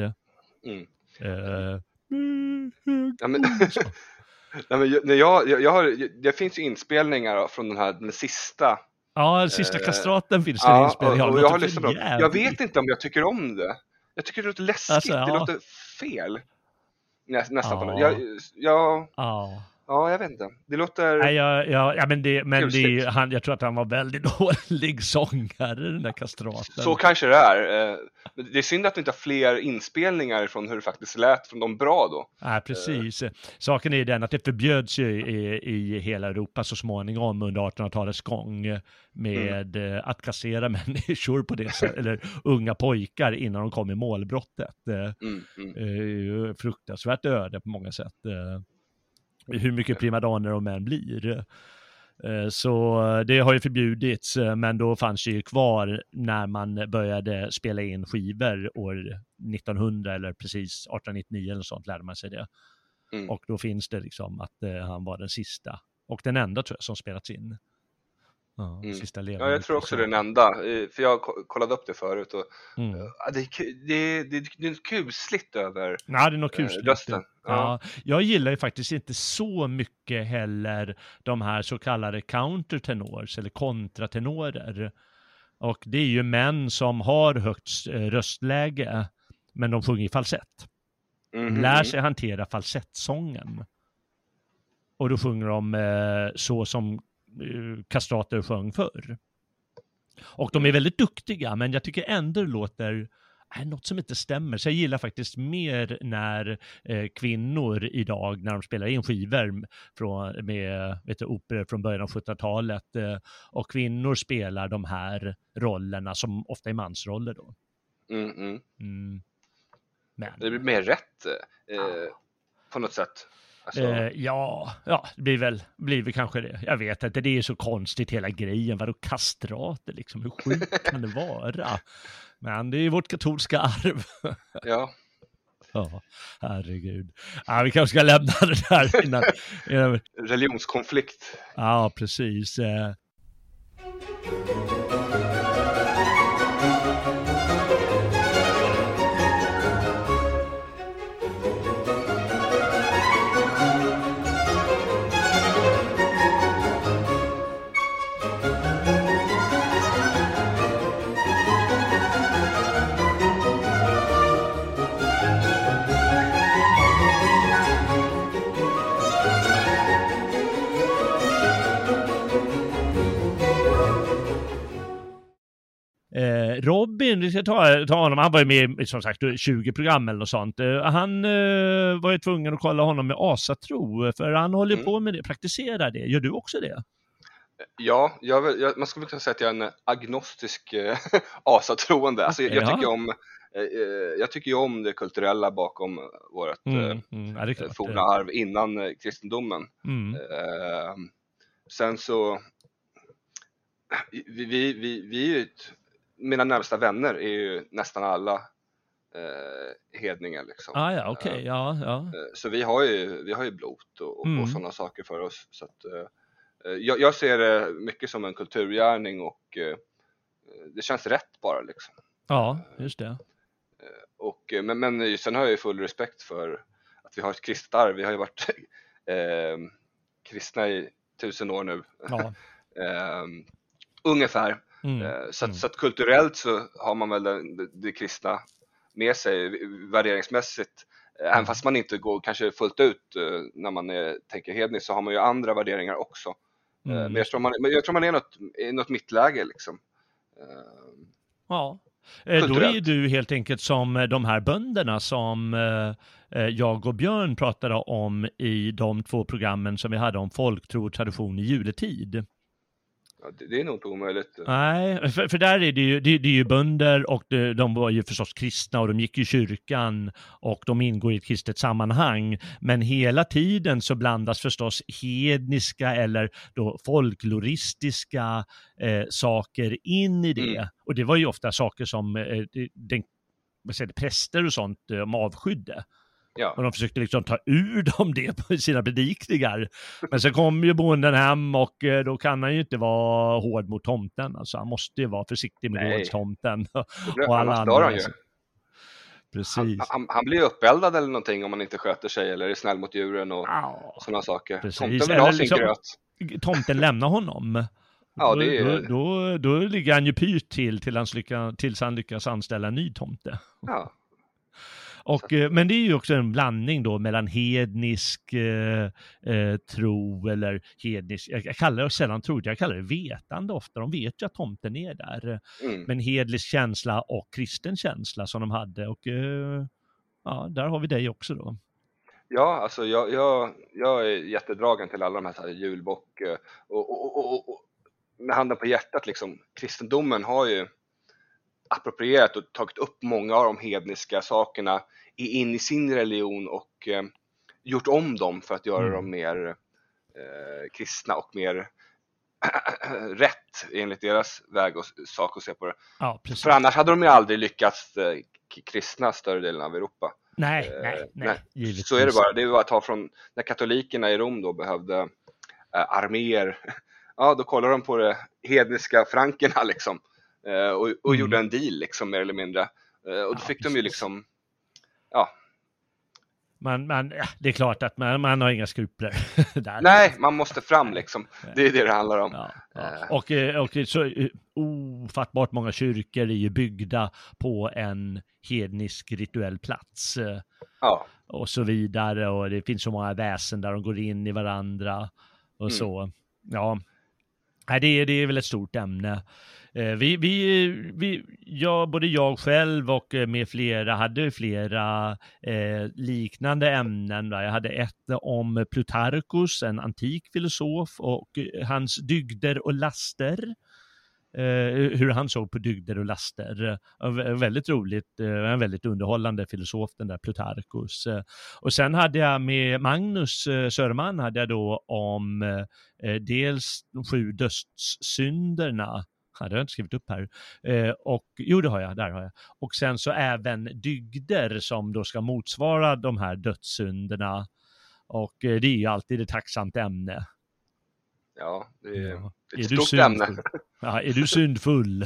B: Det finns ju inspelningar från den sista.
A: Ja, sista kastraten finns det inspelning.
B: Och jag har lyssnat på dem. Jag vet inte om jag tycker om det. Jag tycker det låter läskigt. Alltså, det låter fel. Nästan på det. Ja, jag vet inte. Det låter...
A: Jag tror att han var väldigt dålig sångare, den där kastraten.
B: Så kanske det är. Det är synd att vi inte har fler inspelningar från hur det faktiskt lät från de bra då.
A: Ja, precis. Saken är den att det förbjöds ju i hela Europa så småningom under 1800-talets gång med att kastrera människor på det sättet, eller unga pojkar innan de kom i målbrottet. Fruktansvärt öde på många sätt. Hur mycket primadonner och män blir. Så det har ju förbjudits, men då fanns det ju kvar när man började spela in skivor år 1900 eller precis 1899 eller sånt, lärde man sig det. Och då finns det liksom att han var den sista och den enda, tror jag, som spelats in. Sista levande.
B: Ja, jag tror också den enda, för jag kollade upp det förut och det är kusligt över.
A: Nej, det är nog kusligt. Rösten. Ja. Jag gillar ju faktiskt inte så mycket heller de här så kallade countertenors eller kontratenorer. Och det är ju män som har högt röstläge, men de sjunger i falsett. Lär sig hantera falsettsången. Och då sjunger de så som kastrater sjöng förr. Och de är väldigt duktiga, men jag tycker ändå det låter något som inte stämmer. Så jag gillar faktiskt mer när kvinnor idag, när de spelar in skivor med operor från början av 1700-talet, och kvinnor spelar de här rollerna som ofta är mansroller då. Men
B: det blir mer rätt på något sätt. Alltså...
A: det blir väl kanske det. Jag vet inte, det är så konstigt hela grejen. Vadå kastrater liksom? Hur sjukt kan det vara? Men det är ju vårt katolska arv.
B: Ja.
A: Ja, herregud. Ja, vi kanske ska lämna det där innan.
B: Religionskonflikt.
A: Ja, precis. Robin, vi ska ta honom, han var ju med i som sagt 20 program eller något sånt. Han var ju tvungen att kolla honom med asatro, för han håller på med det, praktiserar det. Gör du också det?
B: Ja, man skulle kunna säga att jag är en agnostisk asatroende. Alltså, jag tycker ju om det kulturella bakom vårt forna arv innan kristendomen. Sen så vi är ju mina närmsta vänner är ju nästan alla hedningar liksom. Så vi har ju blot och sådana saker för oss, så att jag ser det mycket som en kulturgärning, och det känns rätt bara liksom.
A: Ja, just det.
B: Och men sen har jag ju full respekt för att vi har ett kristet arv. Vi har ju varit kristna i 1000 år nu. Ja. Ungefär. Så att kulturellt så har man väl det kristna med sig värderingsmässigt. Även fast man inte går kanske fullt ut när man tänker hedniskt, så har man ju andra värderingar också. Men jag tror man är i något mittläge liksom.
A: Ja. Då är du helt enkelt som de här bönderna som jag och Björn pratade om i de 2 programmen som vi hade om folktro och tradition i juletid.
B: Ja, det är nog inte omöjligt.
A: Nej, för där är det är ju bönder, och de var ju förstås kristna och de gick i kyrkan och de ingår i ett kristet sammanhang. Men hela tiden så blandas förstås hedniska eller då folkloristiska saker in i det. Och det var ju ofta saker som präster och sånt avskydde. Ja. Och de försökte liksom ta ur dem det på sina predikningar. Men så kom ju bonden hem, och då kan han ju inte vara hård mot tomten. Alltså han måste ju vara försiktig med gårdstomten. Och alla andra. Precis.
B: Han blir uppeldad eller någonting om man inte sköter sig eller är snäll mot djuren och sådana saker.
A: Precis.
B: Tomten vill ha sin gröt.
A: Tomten lämnar honom. Ja, då ligger han ju pyrt tills han lyckas anställa en ny tomte. Ja. Men det är ju också en blandning då mellan hednisk tro eller hednisk, jag kallar det sällan tro, jag kallar det vetande ofta. De vet ju att tomten är där. Men hednisk känsla och kristen känsla som de hade, och där har vi dig också då.
B: Ja, alltså jag är jättedragen till alla de här julbock och med handen på hjärtat liksom, kristendomen har ju approprierat och tagit upp många av de hedniska sakerna in i sin religion och gjort om dem för att göra dem mer kristna och mer rätt enligt deras väg och sak att se på det. Ja, för annars hade de ju aldrig lyckats kristna större delen av Europa.
A: Nej.
B: Så är det bara. Det är bara att ta från när katolikerna i Rom då behövde arméer. Ja, då kollar de på det hedniska frankerna liksom. Och gjorde en deal liksom mer eller mindre. Och då fick de ju liksom
A: det är klart att man har inga skrupler där.
B: Nej, man måste fram liksom. Det är det handlar om.
A: Och så ofattbart många kyrkor är ju byggda på en hednisk rituell plats. Och så vidare, och det finns så många väsen där de går in i varandra och så. Ja. Nej, det är väl ett stort ämne. Både jag själv och med flera hade flera liknande ämnen. Jag hade ett om Plutarchus, en antik filosof, och hans dygder och laster. Hur han såg på dygder och laster. Väldigt roligt, en väldigt underhållande filosof, den där Plutarchus. Och sen hade jag med Magnus Sörman hade jag då om dels de 7 dödssynderna. Det har jag inte skrivit upp här. Där har jag. Och sen så även dygder som då ska motsvara de här dödssynderna. Och det är ju alltid ett tacksamt ämne.
B: Ja, det är ett stort ämne.
A: Ja, är du syndfull?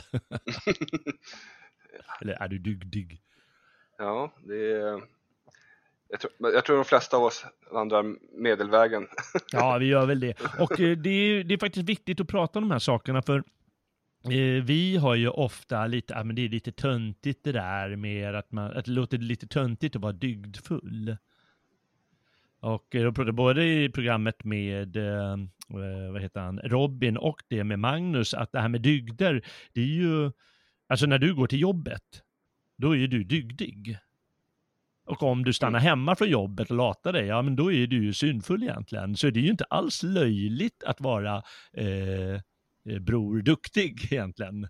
A: Eller är du dygdig?
B: Ja, det är... Jag tror de flesta av oss vandrar medelvägen.
A: Ja, vi gör väl det. Och det är faktiskt viktigt att prata om de här sakerna, för vi har ju ofta lite, men det är lite töntigt det där med att det låter lite töntigt att vara dygdfull. Och jag pratade både i programmet med Robin och det med Magnus, att det här med dygder, det är ju Alltså när du går till jobbet, då är ju du dygdig. Och om du stannar hemma från jobbet och latar dig, ja men då är du ju syndfull egentligen. Så det är ju inte alls löjligt att vara bror duktig egentligen.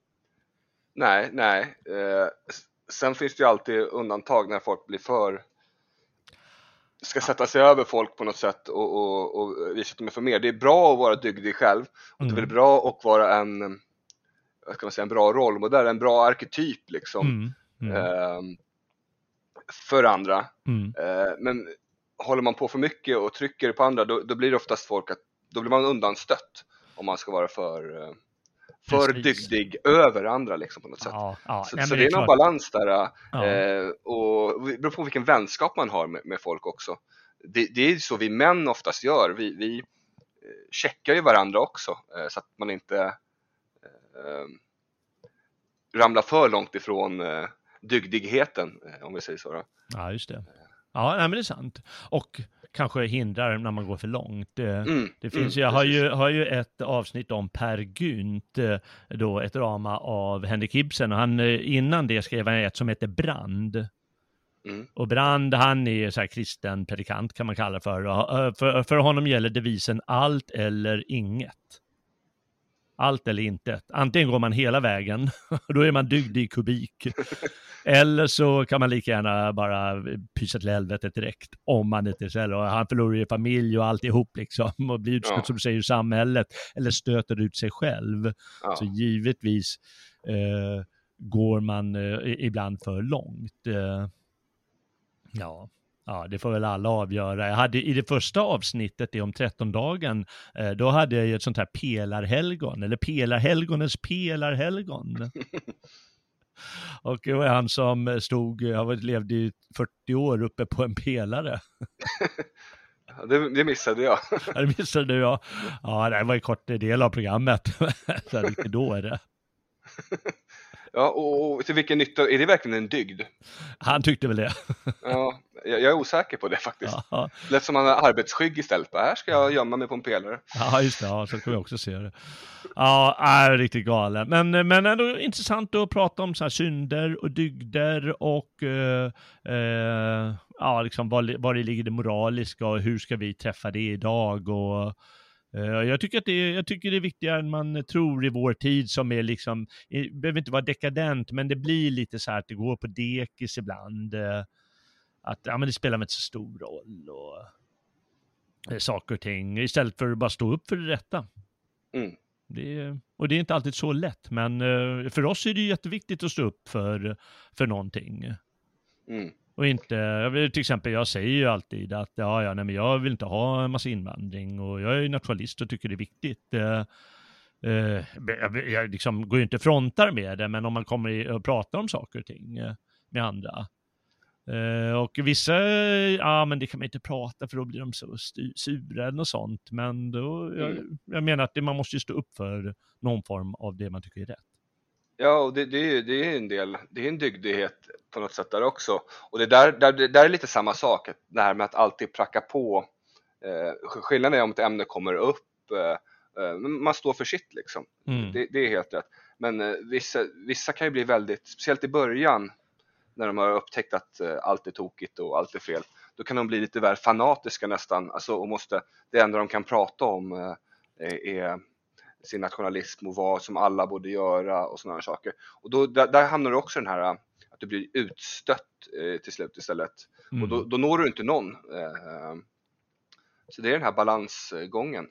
B: Nej. Sen finns det ju alltid undantag när folk blir ska sätta sig över folk på något sätt och visa att de är för mer. Det är bra att vara dygdig själv. Och det är väl bra att vara en bra rollmodell, en bra arketyp liksom. För andra. Men håller man på för mycket och trycker på andra, då blir det oftast då blir man undanstött om man ska vara för dygdig över andra liksom på något sätt. Så det är någon balans där. Och det beror på vilken vänskap man har med folk också. Det är så vi män oftast gör. Vi checkar ju varandra också så att man inte ramlar för långt ifrån dygdigheten, om vi säger så då.
A: Ja, just det. Ja, nej, men det är sant. Och kanske hindrar när man går för långt. Det finns jag har ju ett avsnitt om Per Gynt, då ett drama av Henrik Ibsen, och han innan det skrev han ett som heter Brand. Och Brand, han är så här kristen predikant kan man kalla det för honom gäller devisen allt eller inget. Allt eller inte. Antingen går man hela vägen, då är man dygdig i kubik. Eller så kan man lika gärna bara pysa till helvetet direkt, om man inte själv. Och han förlorar ju familj och alltihop liksom, och blir utstött som du säger i samhället, eller stöter ut sig själv. Så givetvis går man ibland för långt. Ja, det får väl alla avgöra. Jag hade i det första avsnittet, det om 13-dagen, då hade jag ju ett sånt här pelarhelgon, eller pelarhelgonens pelarhelgon. Och det var han som levde i 40 år uppe på en pelare.
B: Det missade jag.
A: Ja, det missade du, ja. Ja, det var en kort del av programmet. Så riktigt då är det.
B: Ja, och till vilken nytta, är det verkligen en dygd?
A: Han tyckte väl det.
B: Ja, jag är osäker på det faktiskt. Lätt som han har arbetsskygg istället. Här ska jag gömma mig på en pelare.
A: Ja, just det. Ja, så kan vi också se det. Ja, är riktigt galen. Men ändå intressant att prata om så här synder och dygder och liksom var det ligger det moraliska och hur ska vi träffa det idag och jag tycker det är viktigare än man tror i vår tid, som är liksom, det behöver inte vara dekadent, men det blir lite så här att det går på dekis ibland, att men det spelar inte så stor roll och saker och ting, istället för att bara stå upp för det rätta. Och det är inte alltid så lätt, men för oss är det jätteviktigt att stå upp för någonting. Och inte, till exempel, jag säger ju alltid att men jag vill inte ha en massa invandring, och jag är nationalist och tycker det är viktigt. Jag liksom går ju inte frontar med det, men om man kommer och pratar om saker och ting med andra. Och vissa, men det kan man inte prata för då blir de så sura eller något sånt. Men då, jag menar att man måste ju stå upp för någon form av det man tycker är rätt.
B: Ja, och det är en del, det är en dygdighet på något sätt där också. Och det där är lite samma sak, det här med att alltid pracka på. Skillnaden är om ett ämne kommer upp, man står för sitt liksom. Det är helt rätt. Men vissa kan ju bli väldigt, speciellt i början, när de har upptäckt att allt är tokigt och allt är fel, då kan de bli lite väl fanatiska nästan. Alltså, och det enda de kan prata om är sin nationalism och vad som alla borde göra och sådana saker. Och då, där hamnar du också den här att du blir utstött till slut istället. Och då når du inte någon. Så det är den här balansgången.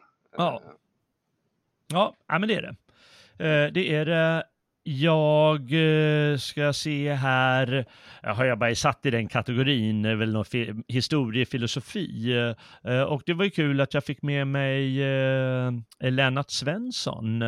A: Ja, men det är det. Det är det. Jag ska se här, har jag bara satt i den kategorin, är väl någon historiefilosofi, och det var ju kul att jag fick med mig Lennart Svensson,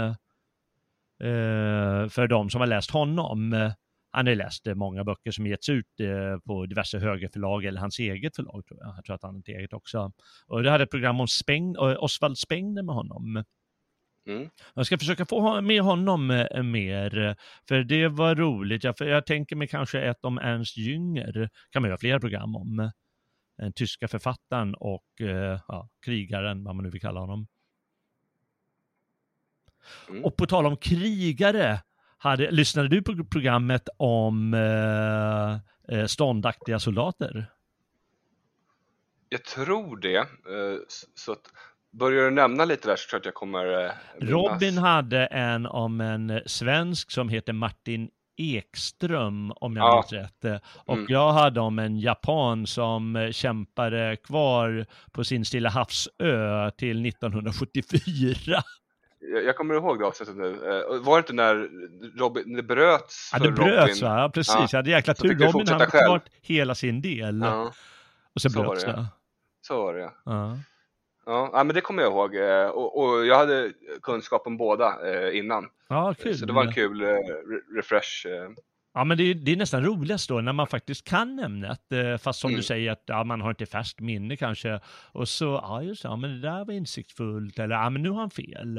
A: för de som har läst honom. Han har läst många böcker som getts ut på diverse högerförlag, eller hans eget förlag tror jag. Jag tror att han har ett eget också. Och det hade ett program om Osvald Spengler med honom. Jag ska försöka få med honom mer, för det var roligt. Jag tänker mig kanske ett om Ernst Jünger, kan man göra flera program om. Den tyska författaren och krigaren, vad man nu vill kalla honom. Och på tal om krigare, Lyssnade du på programmet om ståndaktiga soldater?
B: Jag tror det. Så att, börjar du nämna lite där så tror jag att jag kommer minnas.
A: Robin hade en om en svensk som heter Martin Ekström, om jag minns rätt. Och jag hade om en japan som kämpade kvar på sin Stilla havsö till 1974.
B: Jag kommer ihåg det avsnittet nu. Var det inte när det bröts för
A: Robin? Ja, det bröts,
B: Robin?
A: Va? Precis, jag hade jäkla tur. Robin hade klart hela sin del. Och så bröts det.
B: Så var det, ja, men det kommer jag ihåg. Och jag hade kunskap om båda innan.
A: Ja, kul.
B: Så det var en kul refresh.
A: Ja, men det är nästan roligast då när man faktiskt kan ämnet. Fast som du säger att man har inte färskt minne kanske. Och så, just det, men det där var insiktsfullt. Eller, men nu har han fel.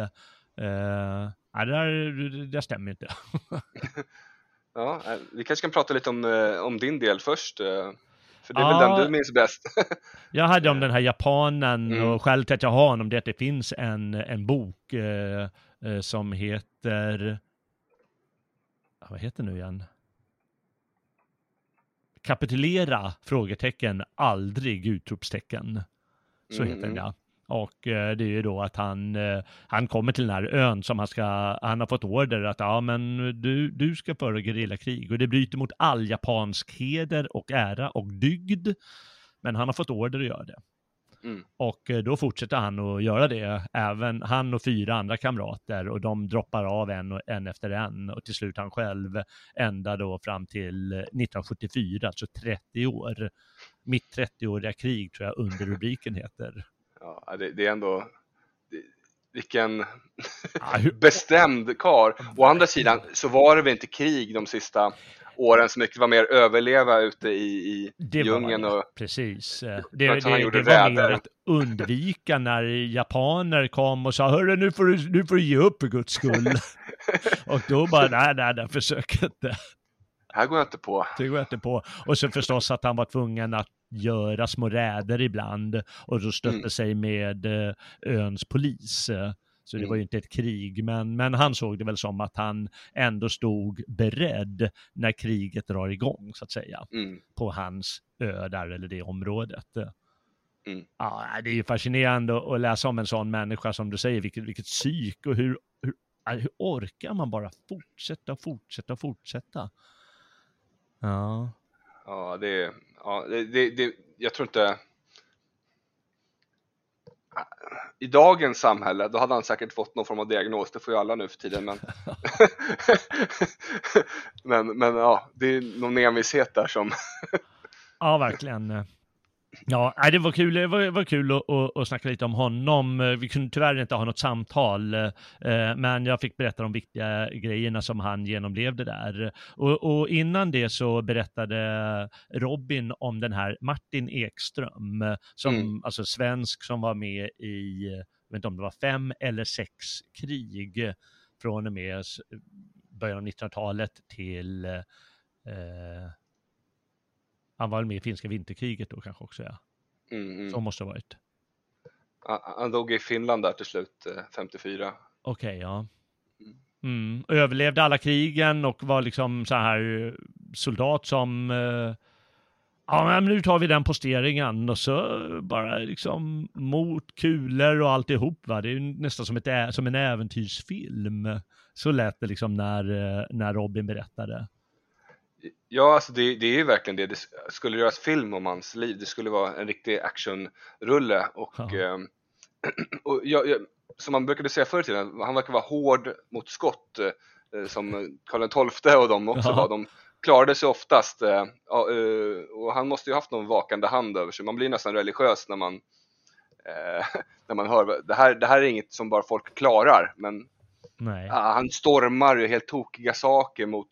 A: Det stämmer inte.
B: Ja, vi kanske kan prata lite om din del först. För det är väl den du minns bäst.
A: Jag hade om den här japanen och skälet till att jag har honom det är att det finns en bok som heter... Vad heter nu igen? Kapitulera, frågetecken, aldrig, utropstecken. Så heter den, ja. Och det är ju då att han kommer till den här ön som han har fått order att men du ska föra gerillakrig och det bryter mot all japansk heder och ära och dygd, men han har fått order att göra det. Och då fortsätter han att göra det, även han och 4 andra kamrater, och de droppar av en efter en och till slut han själv, ända då fram till 1974, alltså 30 år. Mitt 30-åriga krig tror jag underrubriken heter.
B: Ja, det är ändå vilken bestämd karl. Å andra sidan så var det väl inte krig de sista åren så mycket, det var mer överleva ute i djungeln.
A: Precis. Det var mer att undvika när japaner kom och sa hörru, nu får du ge upp för Guds skull. Och då bara, nej, försök inte.
B: Här går jag inte på.
A: Det går inte på. Och så förstås att han var tvungen att göra små räder ibland och då stötte sig med öns polis. Så det var ju inte ett krig, men han såg det väl som att han ändå stod beredd när kriget drar igång, så att säga, på hans ö där, eller det området. Ja, det är ju fascinerande att läsa om en sån människa, som du säger, vilket psyk, och hur orkar man bara fortsätta.
B: Ja, det jag tror inte i dagens samhälle, då hade han säkert fått någon form av diagnos, det får ju alla nu för tiden, men ja, det är någon envishet där som
A: ja, verkligen. Ja, det var kul. Det var kul att snacka lite om honom. Vi kunde tyvärr inte ha något samtal, men jag fick berätta de viktiga grejerna som han genomlevde där. Och innan det så berättade Robin om den här Martin Ekström, som alltså svensk, som var med i, jag vet inte om det var 5 eller 6 krig från och med början av 1900-talet till han var med i finska vinterkriget då kanske också, ja. Så måste det ha varit.
B: Han dog i Finland där till slut, 54.
A: Okej, ja. Överlevde alla krigen och var liksom så här soldat som men nu tar vi den posteringen, och så bara liksom mot kulor och alltihop, va. Det är ju nästan som en äventyrsfilm. Så lät det liksom när Robin berättade.
B: Ja, alltså det är ju verkligen det. Det skulle göras film om hans liv. Det skulle vara en riktig actionrulle. Och som man brukade säga förr i tiden, han verkar vara hård mot skott, som Karl XII och de också var. De klarade sig oftast. Och han måste ju haft någon vakande hand över sig. Man blir nästan religiös när man hör det här är inget som bara folk klarar. Men
A: nej.
B: Han stormar ju helt tokiga saker mot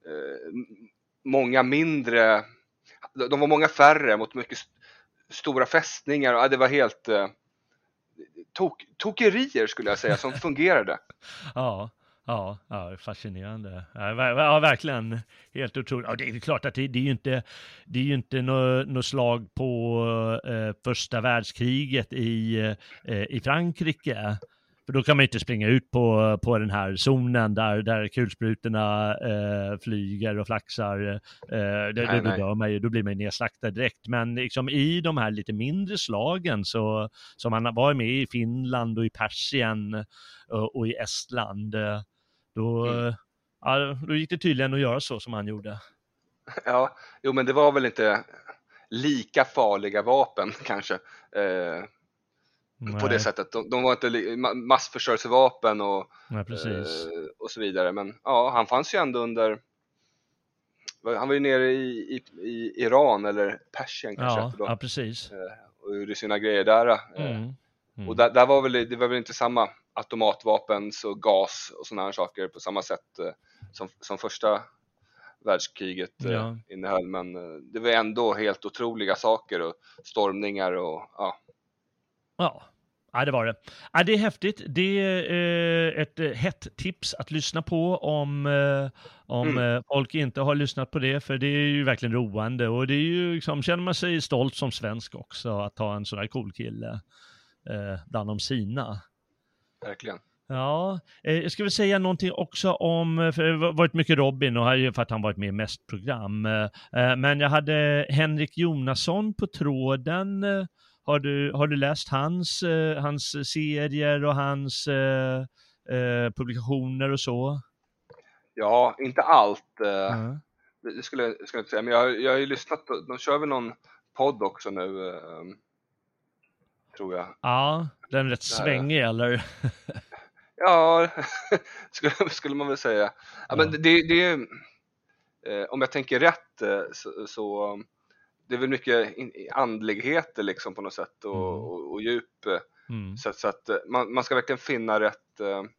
B: många mindre, de var många färre mot mycket stora fästningar. Ja, det var helt tokerier skulle jag säga, som fungerade.
A: Ja, fascinerande. Ja, verkligen helt otroligt. Ja, det är klart att det är ju inte något slag på första världskriget i Frankrike. För då kan man inte springa ut på den här zonen där kulsprutorna flyger och flaxar. Då dör man ju, då blir man nedslaktad direkt. Men liksom i de här lite mindre slagen så, som han var med i Finland och i Persien och i Estland, då gick det tydligen att göra så som han gjorde.
B: Ja, jo men det var väl inte lika farliga vapen kanske. På det sättet. De var inte massförstörelsevapen och så vidare. Men ja, han fanns ju ändå under... Han var ju nere i Iran eller Persien kanske.
A: Ja, precis.
B: Och gjorde sina grejer där. Och där var det var väl inte samma automatvapens och gas och såna här saker på samma sätt som första världskriget innehöll. Men det var ändå helt otroliga saker och stormningar och
A: Ja, det var det. Ja, det är häftigt. Det är ett hett tips att lyssna på om folk inte har lyssnat på det, för det är ju verkligen roande och det är ju liksom, känner man sig stolt som svensk också att ha en sån här cool kille bland de sina.
B: Verkligen.
A: Ja, jag ska väl säga någonting också om, för det har varit mycket Robin och för att han varit med i mest program, men jag hade Henrik Jonasson på tråden. Har du läst hans serier och hans publikationer och så?
B: Ja, inte allt. Det skulle jag inte säga. Men jag har ju lyssnat. De kör väl någon podd också nu, tror jag.
A: Ja, den är rätt svängig, eller?
B: Ja, skulle man väl säga. Ja, men det är om jag tänker rätt så det är väl mycket andligheter liksom på något sätt och djup. Så att man ska verkligen finna rätt,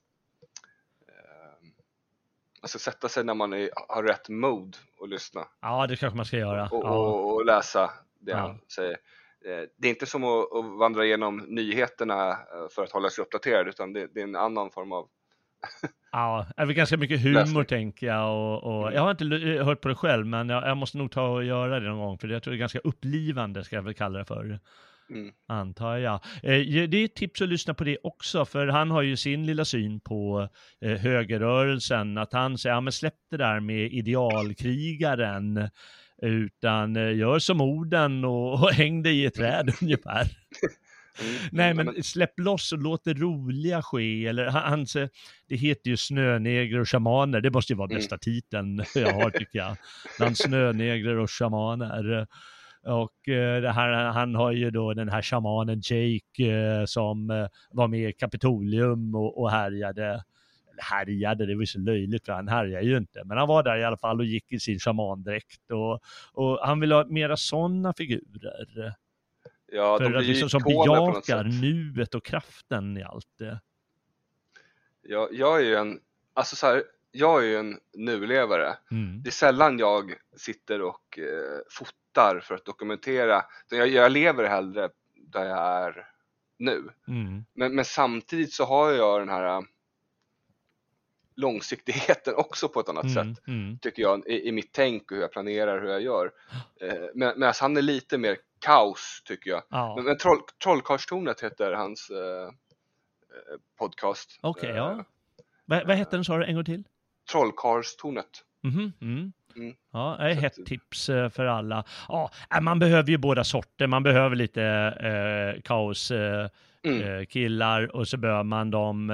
B: man ska sätta sig när man har rätt mod och lyssna.
A: Ja, det kanske man ska göra.
B: Och läsa det han säger. Det är inte som att vandra igenom nyheterna för att hålla sig uppdaterad, utan det är en annan form av...
A: Ja, det är väl ganska mycket humor tänker jag och jag har inte hört på det själv, men jag måste nog ta och göra det någon gång, för jag tror det är ganska upplivande, ska jag väl kalla det för. Antar jag. Det är ett tips att lyssna på det också, för han har ju sin lilla syn på högerrörelsen, att han säger, ja men släpp det där med idealkrigaren, utan gör som orden och häng dig i ett träd ungefär. Nej, men släpp loss och låt det roliga ske. Eller det heter ju Snönegrer och shamaner. Det måste ju vara bästa titeln jag har, tycker jag. Bland snönegrer och shamaner. Och det här, han har ju då den här shamanen Jake som var med i Kapitolium och härjade, det var ju så löjligt för han härjade ju inte, men han var där i alla fall och gick i sin shamandräkt och han vill ha mera sådana figurer.
B: Ja,
A: för att liksom, som bejakar nuet och kraften i allt det.
B: Ja, jag är ju en nulevare. Det är sällan jag sitter och fotar för att dokumentera. Jag lever hellre där jag är nu. Men samtidigt så har jag den här långsiktigheten också på ett annat sätt, tycker jag, i mitt tänk och hur jag planerar, hur jag gör. Men han är lite mer kaos, tycker jag.
A: Ja.
B: Men Trollkarlstornet heter hans podcast.
A: Okej, ja. Vad heter den, sa du en gång till?
B: Trollkarlstornet.
A: Ja, det är ett tips för alla. Ja, man behöver ju båda sorter. Man behöver lite kaos killar, och så behöver man de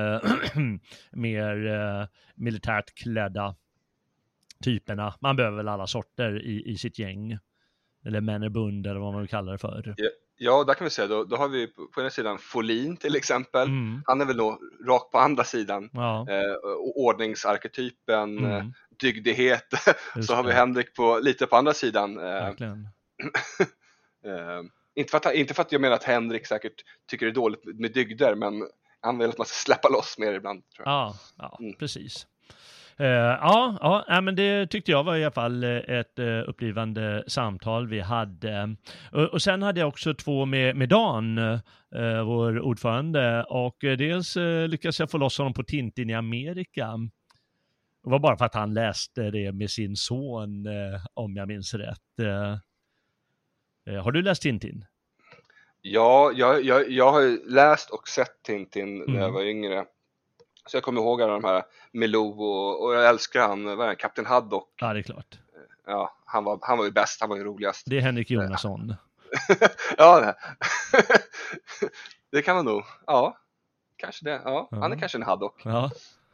A: mer militärt klädda typerna. Man behöver väl alla sorter i sitt gäng. Eller Männerbund, eller vad man vill kalla det för.
B: Ja, där kan vi säga, då har vi på ena sidan Folin till exempel. Han är väl då rakt på andra sidan.
A: Ja.
B: Ordningsarketypen, dygdighet. Så har vi Henrik lite på andra sidan.
A: Verkligen.
B: Inte för att jag menar att Henrik säkert tycker det är dåligt med dygder, men han vill att man ska släppa loss mer ibland, tror jag.
A: Ja, precis. Men det tyckte jag var i alla fall ett upplivande samtal vi hade. Och sen hade jag också 2 med Dan, vår ordförande, och dels lyckades jag få loss honom på Tintin i Amerika. Det var bara för att han läste det med sin son, om jag minns rätt. Har du läst Tintin?
B: Ja, jag har ju läst och sett Tintin när jag var yngre. Så jag kommer ihåg alla de här Milou och jag älskar han, vad är det, Kapten Haddock.
A: Ja, det är klart.
B: Ja, han var ju bäst, han var ju roligast.
A: Det är Henrik Jonasson.
B: Ja, det kan man nog. Ja, kanske det. Ja, han är kanske en Haddock.
A: Ja.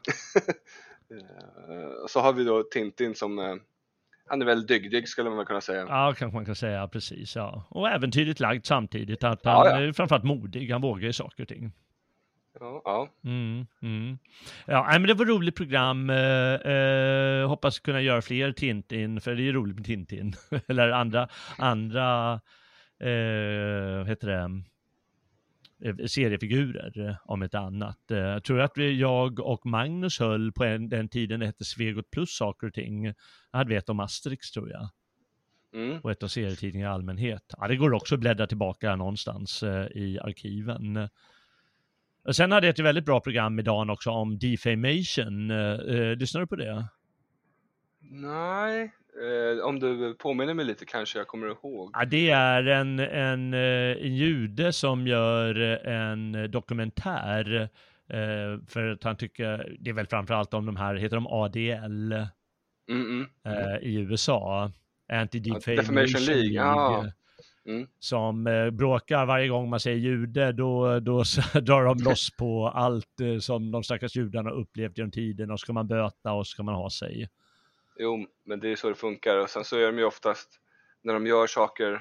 B: Så har vi då Tintin som han är väl dygdig skulle man kunna säga.
A: Ja, kanske man kan säga, precis. Ja. Och äventyrligt lagd samtidigt. Att han är framförallt modig, han vågar ju saker och ting.
B: Ja.
A: Ja, men det var ett roligt program. Hoppas kunna göra fler Tintin, för det är ju roligt med Tintin. Eller andra heter det, seriefigurer om ett annat. Jag tror att jag och Magnus höll på den tiden det hette Svegot plus saker och ting. Jag hade vet om Asterix, tror jag. Och ett av serietidningar i allmänhet. Ja, det går också att bläddra tillbaka någonstans i arkiven. Och sen hade jag ett väldigt bra program idag också om defamation. Lyssnar du på det?
B: Nej, om du påminner mig lite kanske jag kommer ihåg.
A: Ja, det är en jude som gör en dokumentär för att han tycker, det är väl framförallt om de här, heter de ADL i USA, Anti-Defamation League. Ja. Som bråkar varje gång man säger jude, då drar de loss på allt som de stackars judarna upplevt genom tiden, och ska man böta och ska man ha sig.
B: Jo, men det är så det funkar. Och sen så är de ju oftast, när de gör saker,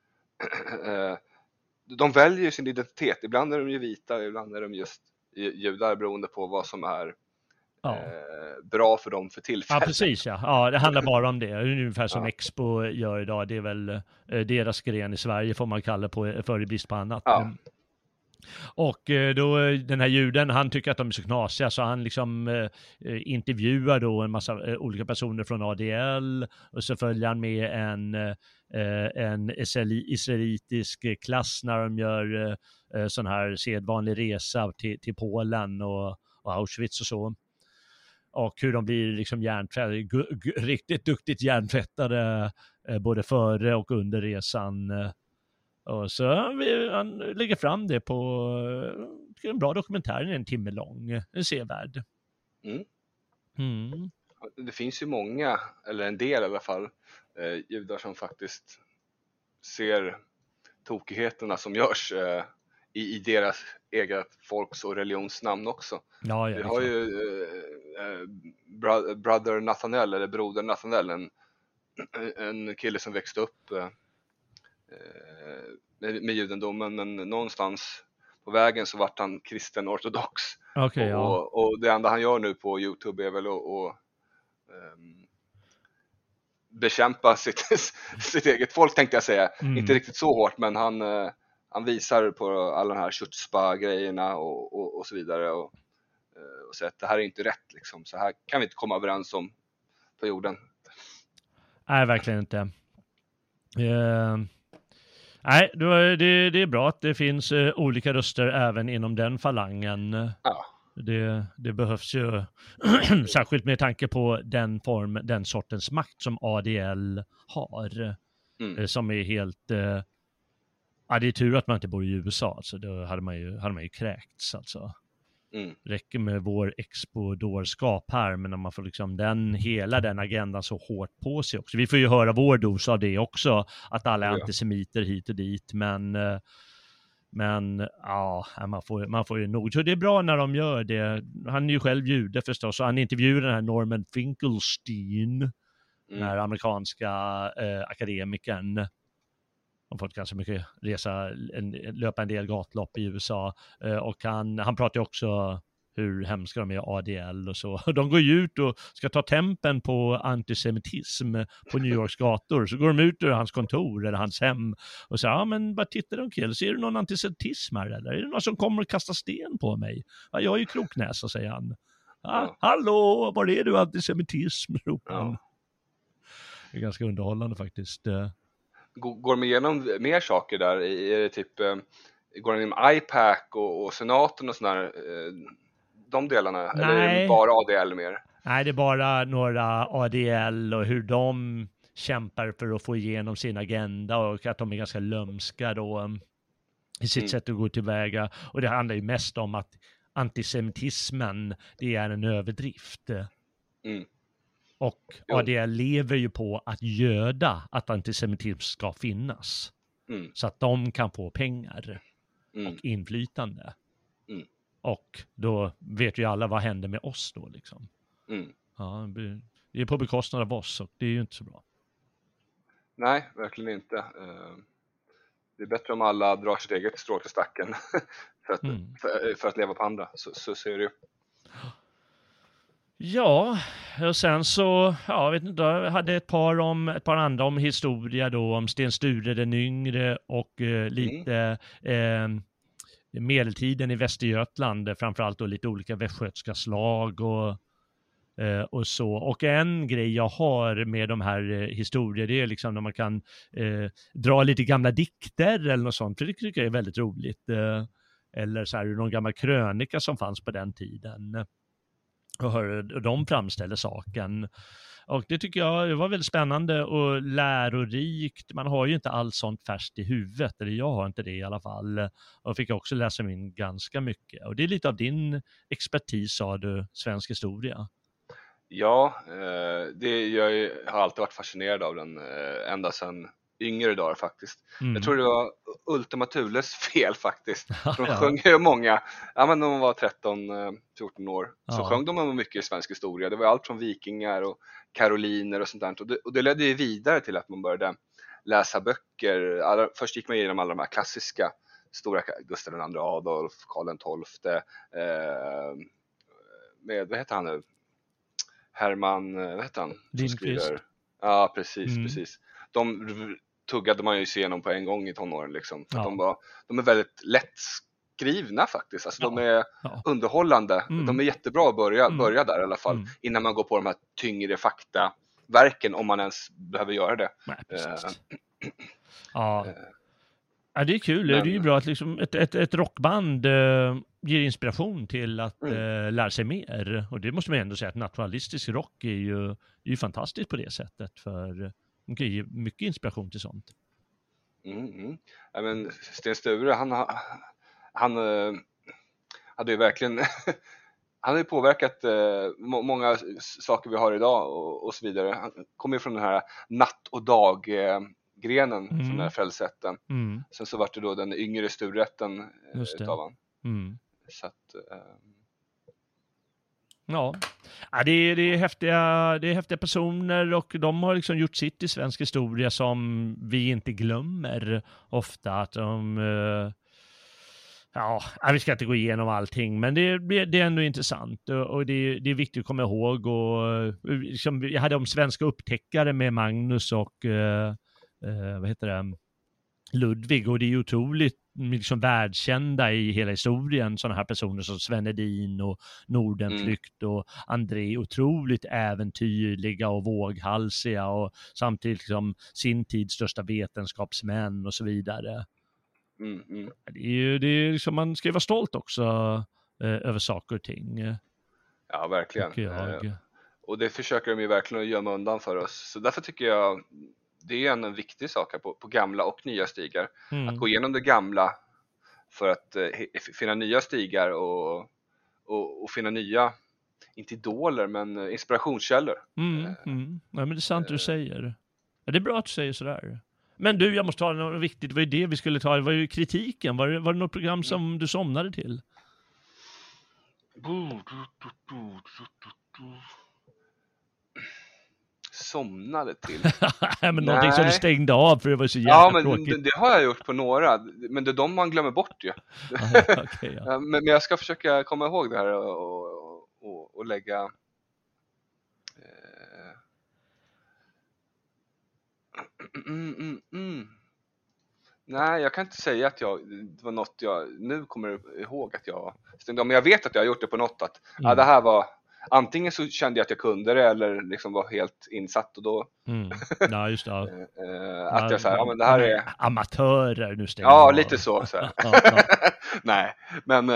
B: de väljer ju sin identitet. Ibland är de ju vita, ibland är de just judar, beroende på vad som är bra för dem för tillfället.
A: Ja, precis. Ja, det handlar bara om det. Ungefär som Expo gör idag. Det är väl deras gren i Sverige, får man kalla på, för i brist på annat.
B: Ja.
A: Och då den här juden, han tycker att de är så knasiga, så han liksom intervjuar då en massa olika personer från ADL, och så följer han med en israelitisk klass när de gör sån här sedvanlig resa till Polen och Auschwitz och så. Och hur de blir liksom riktigt duktigt hjärntvättade både före och under resan. Och så han lägger fram det på en bra dokumentär, en timme lång, en sevärd.
B: Det finns ju många, eller en del i alla fall, judar som faktiskt ser tokigheterna som görs i deras eget folks och religionsnamn också.
A: Ja,
B: vi har ju Brother Nathanael, eller Broder Nathanael, en kille som växte upp med judendomen, men någonstans på vägen så vart han kristen ortodox.
A: Okay,
B: och det enda han gör nu på YouTube är väl att bekämpa sitt eget folk, tänkte jag säga. Inte riktigt så hårt, men han visar på alla de här chutzpah-grejerna och så vidare och säger att det här är inte rätt liksom. Så här kan vi inte komma överens om på jorden.
A: Nej, verkligen inte. Nej, det är bra att det finns olika röster även inom den falangen.
B: Ja.
A: Det behövs ju särskilt med tanke på den sortens makt som ADL har. Som är helt... det är tur att man inte bor i USA, alltså. Då hade man ju kräkts, alltså. Räcker med vår expo-dårskap här, men när man får liksom hela den agendan så hårt på sig också. Vi får ju höra vår dos av det också, att alla är antisemiter hit och dit, men ja, man får ju nog. Så det är bra när de gör det. Han är ju själv jude förstås, och han intervjuar den här Norman Finkelstein, den här amerikanska akademikern. De har fått ganska mycket löpa en del gatlopp i USA, och han pratar ju också hur hemska de är, ADL och så. De går ju ut och ska ta tempen på antisemitism på New Yorks gator. Så går de ut ur hans kontor eller hans hem och säger, men bara titta omkring, ser du någon antisemitism här eller? Är det någon som kommer och kastar sten på mig? Ja, jag är ju kroknäsa, säger han. Hallå, var är du antisemitism? Ropar han. Det är ganska underhållande faktiskt.
B: Går de igenom mer saker där? Är det typ, går de igenom IPAC och senaten och sådär, de delarna?
A: Nej.
B: Eller är det bara ADL mer?
A: Nej, det är bara några ADL och hur de kämpar för att få igenom sin agenda, och att de är ganska lömska då. i sitt sätt att gå tillväga. Och det handlar ju mest om att antisemitismen, det är en överdrift. Och ADL lever ju på att göda att antisemitism ska finnas. Så att de kan få pengar och inflytande. Och då vet ju alla vad händer med oss då liksom. Ja, det är på bekostnad av oss, och det är ju inte så bra.
B: Nej, verkligen inte. Det är bättre om alla drar sitt eget strå till stacken för att leva på andra. Så ser det ju.
A: Ja, och sen så, jag vet inte, jag hade ett par andra om historia då, om Sten Sture den yngre och lite medeltiden i Västergötland, framförallt då lite olika västgötska slag och så. Och en grej jag har med de här historier, det är liksom när man kan dra lite gamla dikter eller något sånt, för det tycker jag är väldigt roligt. Eller så här, någon gammal krönika som fanns på den tiden. Och de framställer saken. Och det tycker jag var väldigt spännande och lärorikt. Man har ju inte allt sånt färskt i huvudet, eller jag har inte det i alla fall. Och fick också läsa in ganska mycket. Och det är lite av din expertis, sa du, svensk historia.
B: Ja, jag har alltid varit fascinerad av den ända sedan yngre dagar faktiskt. Jag tror det var Ultima Thules fel faktiskt. De sjöng ju många, men när de var 13-14 år så sjöng de mycket i svensk historia. Det var allt från vikingar och karoliner och sånt där. Och det ledde ju vidare till att man började läsa böcker. Först gick man igenom alla de här klassiska stora, Gustav II Adolf, Karl XII, med, vad heter han nu? Herman, vad heter han?
A: Lindqvist.
B: Ja, precis. De tuggade man ju igenom på en gång i tonåren liksom. För de är väldigt lättskrivna faktiskt. Alltså de är underhållande. De är jättebra att börja där i alla fall. Innan man går på de här tyngre faktaverken, om man ens behöver göra det.
A: Ja, det är kul. Det är ju bra att liksom ett rockband ger inspiration till att lära sig mer. Och det måste man ändå säga att nationalistisk rock är ju fantastiskt på det sättet. För man kan ge mycket inspiration till sånt.
B: Ja, men Sten Sture, han hade ju verkligen han har ju påverkat många saker vi har idag och så vidare. Han kommer ju från den här natt- och dag-grenen från den här fältsätten. Sen så var det då den yngre Sturerätten utav han. Så att,
A: Ja, det är häftiga personer, och de har liksom gjort sitt i svensk historia som vi inte glömmer ofta. Att vi ska inte gå igenom allting, men det är ändå intressant, och det är viktigt att komma ihåg. Och liksom, jag hade om svenska upptäckare med Magnus och Ludvig, och det är ju otroligt liksom världskända i hela historien, sådana här personer som Sven Hedin och Nordenflykt och André, otroligt äventyrliga och våghalsiga, och samtidigt liksom sin tids största vetenskapsmän och så vidare. Det är liksom, man ska ju vara stolt också över saker och ting.
B: Ja, verkligen. Och det försöker de ju verkligen att gömma undan för oss. Så därför tycker jag det är en viktig sak här på gamla och nya stigar. Att gå igenom det gamla för att finna nya stigar och finna nya, inte idoler, men inspirationskällor.
A: Ja, men det är sant du säger. Ja, det är bra att du säger sådär. Men du, jag måste ta något viktigt. Det var ju det vi skulle ta. Det var ju kritiken. Var det något program som du somnade till?
B: Somnade till?
A: Men någonting som du stängde av för det var så jävla tråkigt.
B: Ja, men det har jag gjort på några. Men det är de man glömmer bort ju.
A: Okay,
B: men jag ska försöka komma ihåg det här och lägga... Nej, jag kan inte säga att det var något jag nu kommer ihåg att jag stängde av. Men jag vet att jag har gjort det på något, att det här var... Antingen så kände jag att jag kunde det, eller liksom var helt insatt, och då
A: ja, just det.
B: att jag säger, men det här är
A: amatörer nu stänger.
B: Ja, lite så här. Nej, men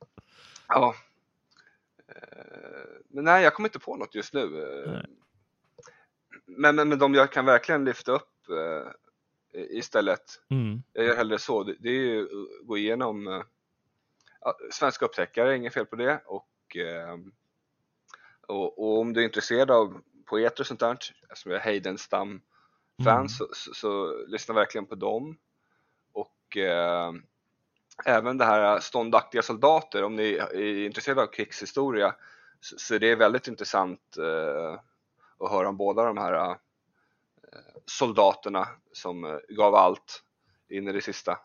B: men nej, jag kommer inte på något just nu. Men de jag kan verkligen lyfta upp istället.
A: Mm.
B: Jag gör hellre så. Det är ju att gå igenom svenska upptäckare, inget fel på det. Och om du är intresserad av poeter och sånt där, som jag är Heidenstam-fans, så lyssna verkligen på dem. Och även det här ståndaktiga soldater, om ni är intresserade av krigshistoria, så det är väldigt intressant att höra om båda de här soldaterna som gav allt in i det sista.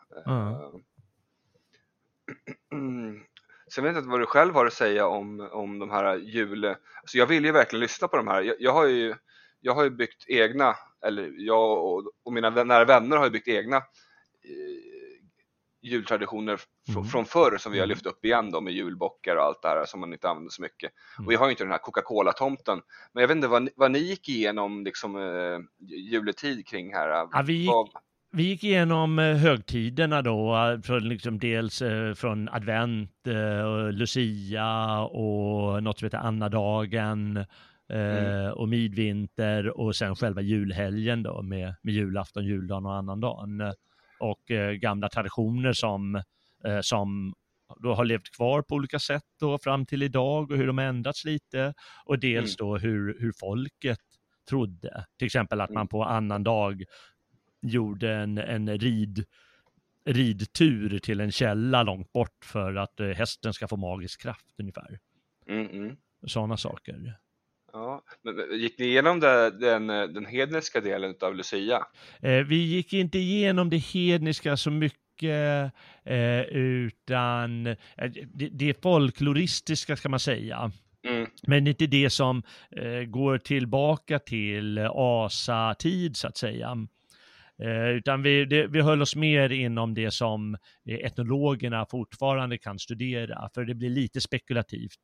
B: Sen vet jag inte vad du själv har att säga om de här alltså jag vill ju verkligen lyssna på de här. Jag har ju byggt egna, eller jag och mina nära vänner har ju byggt egna jultraditioner från förr som vi har lyft upp igen då, med julbockar och allt det här som man inte använder så mycket. Och jag har ju inte den här Coca-Cola-tomten, men jag vet inte vad ni gick igenom liksom juletid kring här.
A: Ja, vi gick igenom högtiderna då, från liksom dels från advent och Lucia och något som heter Annadagen och midvinter, och sen själva julhelgen då med julafton, juldagen och annandagen. Och gamla traditioner som då har levt kvar på olika sätt då fram till idag, och hur de ändrats lite, och dels då hur folket trodde. Till exempel att man på annan dag gjorde en ridtur till en källa långt bort för att hästen ska få magisk kraft ungefär. Sådana saker.
B: Ja, men gick ni igenom den hedniska delen av Lucia?
A: Vi gick inte igenom det hedniska så mycket, utan det folkloristiska ska man säga. Men inte det som går tillbaka till asatid så att säga. Utan vi höll oss mer inom det som etnologerna fortfarande kan studera, för det blir lite spekulativt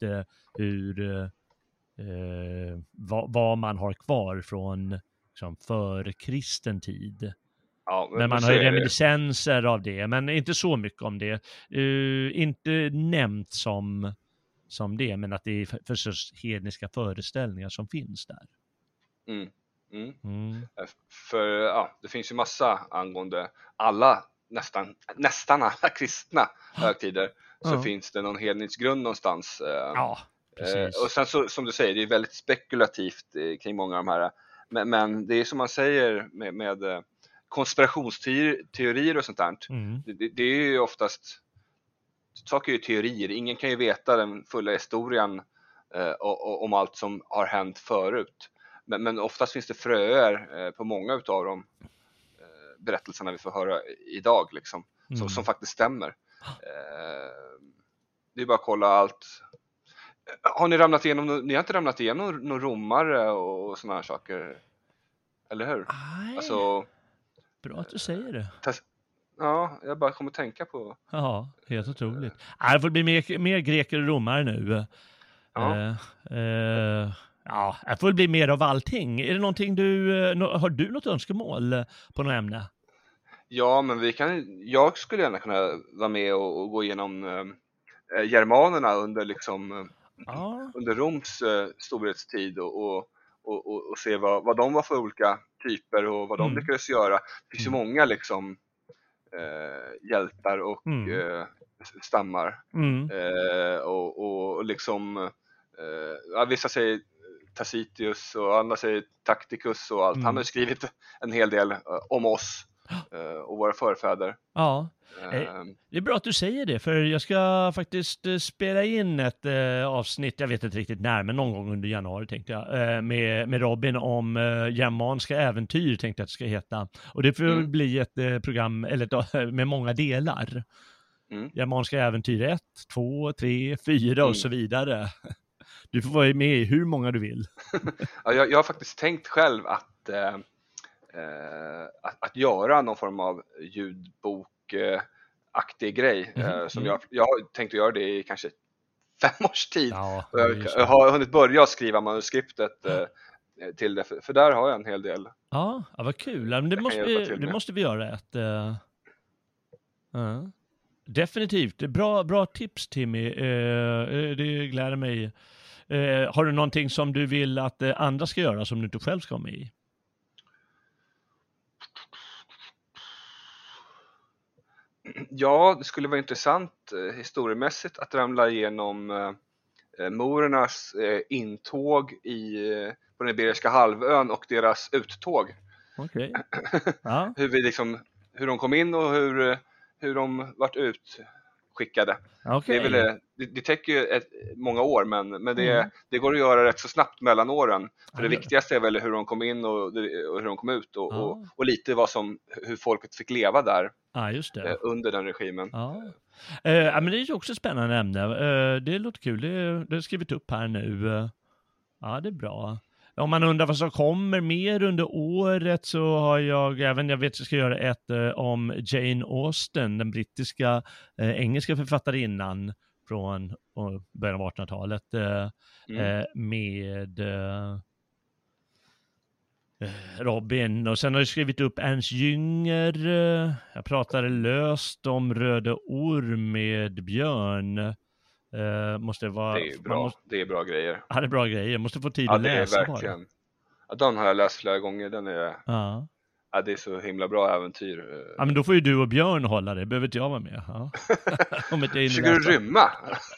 A: vad man har kvar från liksom, för kristen tid. Ja, men man har ju reminiscenser av det, men inte så mycket om det. Inte nämnt som det, men att det är förstås hedniska föreställningar som finns där.
B: För det finns ju massa angående alla, nästan alla kristna högtider, så finns det någon hednisk grund någonstans. Och sen så, som du säger, det är väldigt spekulativt kring många av de här, men det är som man säger med konspirationsteorier och sånt där. Det är ju oftast, saker är ju teorier, ingen kan ju veta den fulla historien om allt som har hänt förut. Men oftast finns det fröer på många utav de berättelserna vi får höra idag liksom, som faktiskt stämmer. Det är bara att kolla allt. Har ni ramlat igenom, ni har inte ramlat igenom några romare och såna här saker? Eller hur?
A: Nej.
B: Alltså,
A: bra att du säger det.
B: Ja, jag bara kommer att tänka på.
A: Ja, helt otroligt. Det får bli mer greker och romare nu. Ja, jag får bli mer av allting. Är det någonting har du något önskemål på något ämne?
B: Ja, men jag skulle gärna kunna vara med och gå igenom germanerna under liksom under Roms storhetstid och se vad de var för olika typer och vad de lyckades göra. Det finns ju många liksom hjältar och stammar. Och liksom vissa säger Tacitus och andra säger Tacticus och allt. Han har skrivit en hel del om oss och våra förfäder.
A: Ja, det är bra att du säger det, för jag ska faktiskt spela in ett avsnitt, jag vet inte riktigt när, men någon gång under januari tänkte jag, med Robin om germanska äventyr tänkte jag att det ska heta. Och det får bli ett program med många delar. Germanska äventyr 1, 2, 3, 4 och så vidare. Du får vara med i hur många du vill.
B: Ja, jag har faktiskt tänkt själv att göra någon form av ljudbok-aktig grej. Som jag har tänkt att göra det i kanske 5 års tid. Ja, jag har hunnit börja skriva manuskriptet till det. För där har jag en hel del.
A: Ja, vad kul. Men det måste vi göra ett... Definitivt. Bra tips, Timmy. Det gläder mig. Har du någonting som du vill att andra ska göra som du inte själv ska med i?
B: Ja, det skulle vara intressant historiemässigt att ramla igenom morernas intåg på den Iberiska halvön och deras uttåg.
A: Okej. Ja.
B: hur de kom in och hur de vart utskickade.
A: Okej.
B: Det täcker ju många år, men det går att göra rätt så snabbt mellan åren. För det viktigaste är väl hur de kom in och hur de kom ut och lite hur folket fick leva där.
A: Just det.
B: Under den regimen.
A: Men det är ju också ett spännande ämne. Det låter kul. Det har skrivit upp här nu. Ja, det är bra. Om man undrar vad som kommer mer under året så har jag vet att jag ska göra ett om Jane Austen, den brittiska engelska författarinnan från början av 1800-talet med Robin. Och sen har jag skrivit upp Ernst Jünger. Jag pratade löst om Röde orm med Björn. Måste vara,
B: det är bra. Det är bra grejer.
A: Ja, det är bra grejer. Jag måste få tid att läsa.
B: Det är verkligen. Ja, den har jag läst flera gånger. Den är... Ja, det är så himla bra äventyr.
A: Ja, men då får ju du och Björn hålla det. Behöver inte jag vara med. Ja.
B: Försöker du rymma?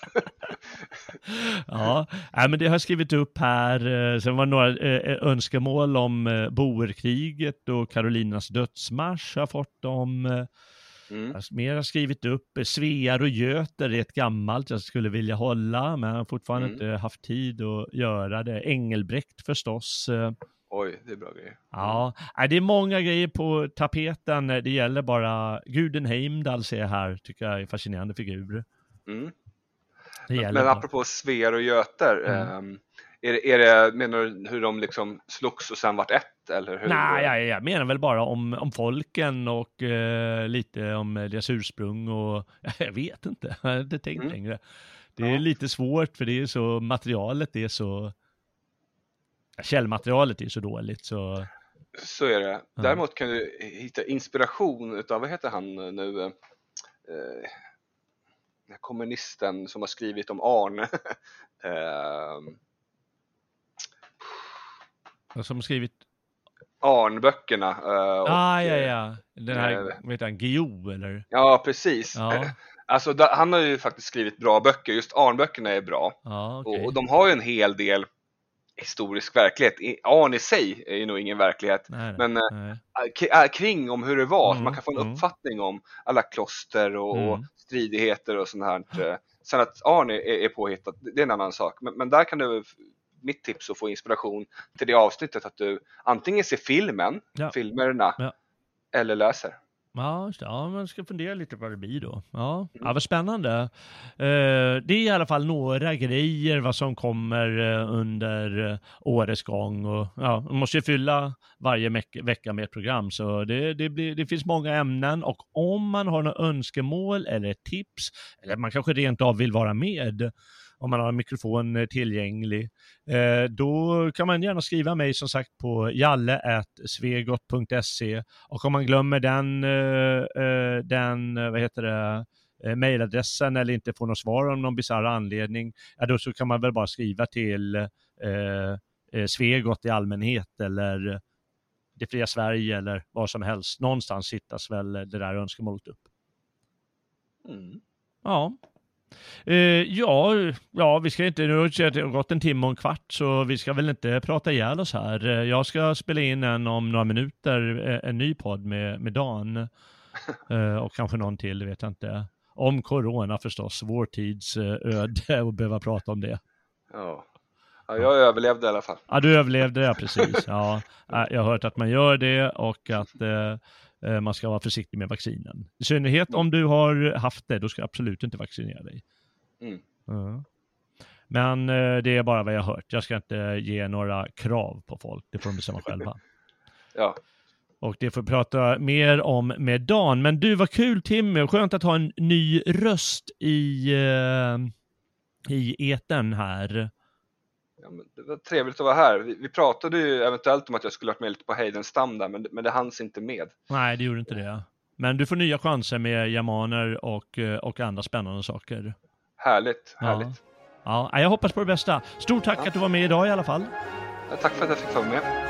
A: Ja, men det har jag skrivit upp här. Sen var det några önskemål om boerkriget och Karolinas dödsmarsch har fått om. Mer har skrivit upp Svear och Göter är ett gammalt jag skulle vilja hålla, men jag har fortfarande inte haft tid att göra det. Engelbrekt förstås.
B: Oj, det är bra grejer.
A: Ja, det är många grejer på tapeten. Det gäller bara Guden Heimdall ser jag här, tycker jag är en fascinerande figur.
B: Men apropå Svear och Göter, är det menar du hur de liksom slogs och sen vart ett? Eller hur?
A: Nej, jag menar väl bara om folken och lite om deras ursprung och jag vet inte, jag har inte tänkt längre. Det är lite svårt för det är så, materialet är så, källmaterialet är så dåligt så
B: är det. Däremot kan du hitta inspiration utav, vad heter han nu, kommunisten som har skrivit om Arn.
A: Som har skrivit
B: Arn-böckerna.
A: Den här, vet han, Geo eller?
B: Ja, precis. Alltså, han har ju faktiskt skrivit bra böcker. Just Arn-böckerna är bra. Och de har ju en hel del historisk verklighet. Arn i sig är ju nog ingen verklighet. Men kring om hur det var. Så man kan få en uppfattning om alla kloster och stridigheter och sånt här. Sen att Arn är påhittat, det är en annan sak. Men där kan du, mitt tips att få inspiration till det avsnittet, att du antingen ser filmerna eller läser.
A: Ja, man ska fundera lite på vad det blir då. Ja, vad spännande. Det är i alla fall några grejer vad som kommer under årets gång. Och man måste ju fylla varje vecka med ett program. Så det finns många ämnen. Och om man har några önskemål eller tips, eller man kanske rent av vill vara med, om man har en mikrofon tillgänglig, då kan man gärna skriva mig som sagt på jalle@svegot.se, och om man glömmer den mejladressen eller inte får något svar om någon bizarr anledning, då så kan man väl bara skriva till Svegot i allmänhet eller Det fria Sverige eller vad som helst. Någonstans hittas väl det där önskemålet upp. Vi ska inte, nu har det gått 1 timme och 1/4, så vi ska väl inte prata ihjäl oss här. Jag ska spela in om några minuter, en ny podd med Dan och kanske någon till, det vet jag inte. Om corona förstås, vår tids öde, och behöva prata om det.
B: Ja, jag överlevde i alla fall.
A: Ja, du överlevde, ja precis. Ja, jag har hört att man gör det och att man ska vara försiktig med vaccinen. I synnerhet om du har haft det, då ska jag absolut inte vaccinera dig. Men det är bara vad jag har hört. Jag ska inte ge några krav på folk. Det får de bestämma själva.
B: Ja.
A: Och det får prata mer om med Dan. Men du, var kul Timmy. Skönt att ha en ny röst i etern här.
B: Ja, men det var trevligt att vara här. Vi pratade ju eventuellt om att jag skulle varit med lite på Heidenstam där, men det hanns inte med.
A: Nej, det gjorde inte det. Men du får nya chanser med jamaner och andra spännande saker.
B: Härligt.
A: Ja, jag hoppas på det bästa. Stort tack att du var med idag i alla fall.
B: Ja, tack för att jag fick vara med.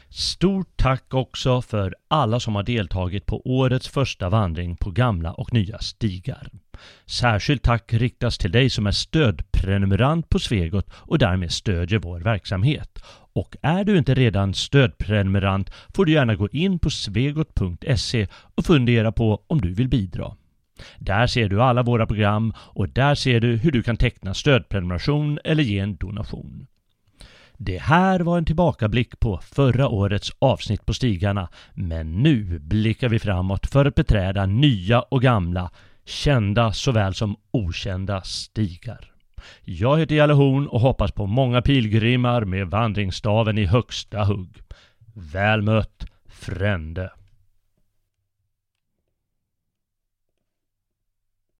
A: Stort tack också för alla som har deltagit på årets första vandring på gamla och nya stigar. Särskilt tack riktas till dig som är stödprenumerant på Svegot och därmed stödjer vår verksamhet. Och är du inte redan stödprenumerant får du gärna gå in på svegot.se och fundera på om du vill bidra. Där ser du alla våra program och där ser du hur du kan teckna stödprenumeration eller ge en donation. Det här var en tillbakablick på förra årets avsnitt på stigarna, men nu blickar vi framåt för att beträda nya och gamla, kända såväl som okända stigar. Jag heter Jalle Horn och hoppas på många pilgrimmar med vandringsstaven i högsta hugg. Väl mött, frände!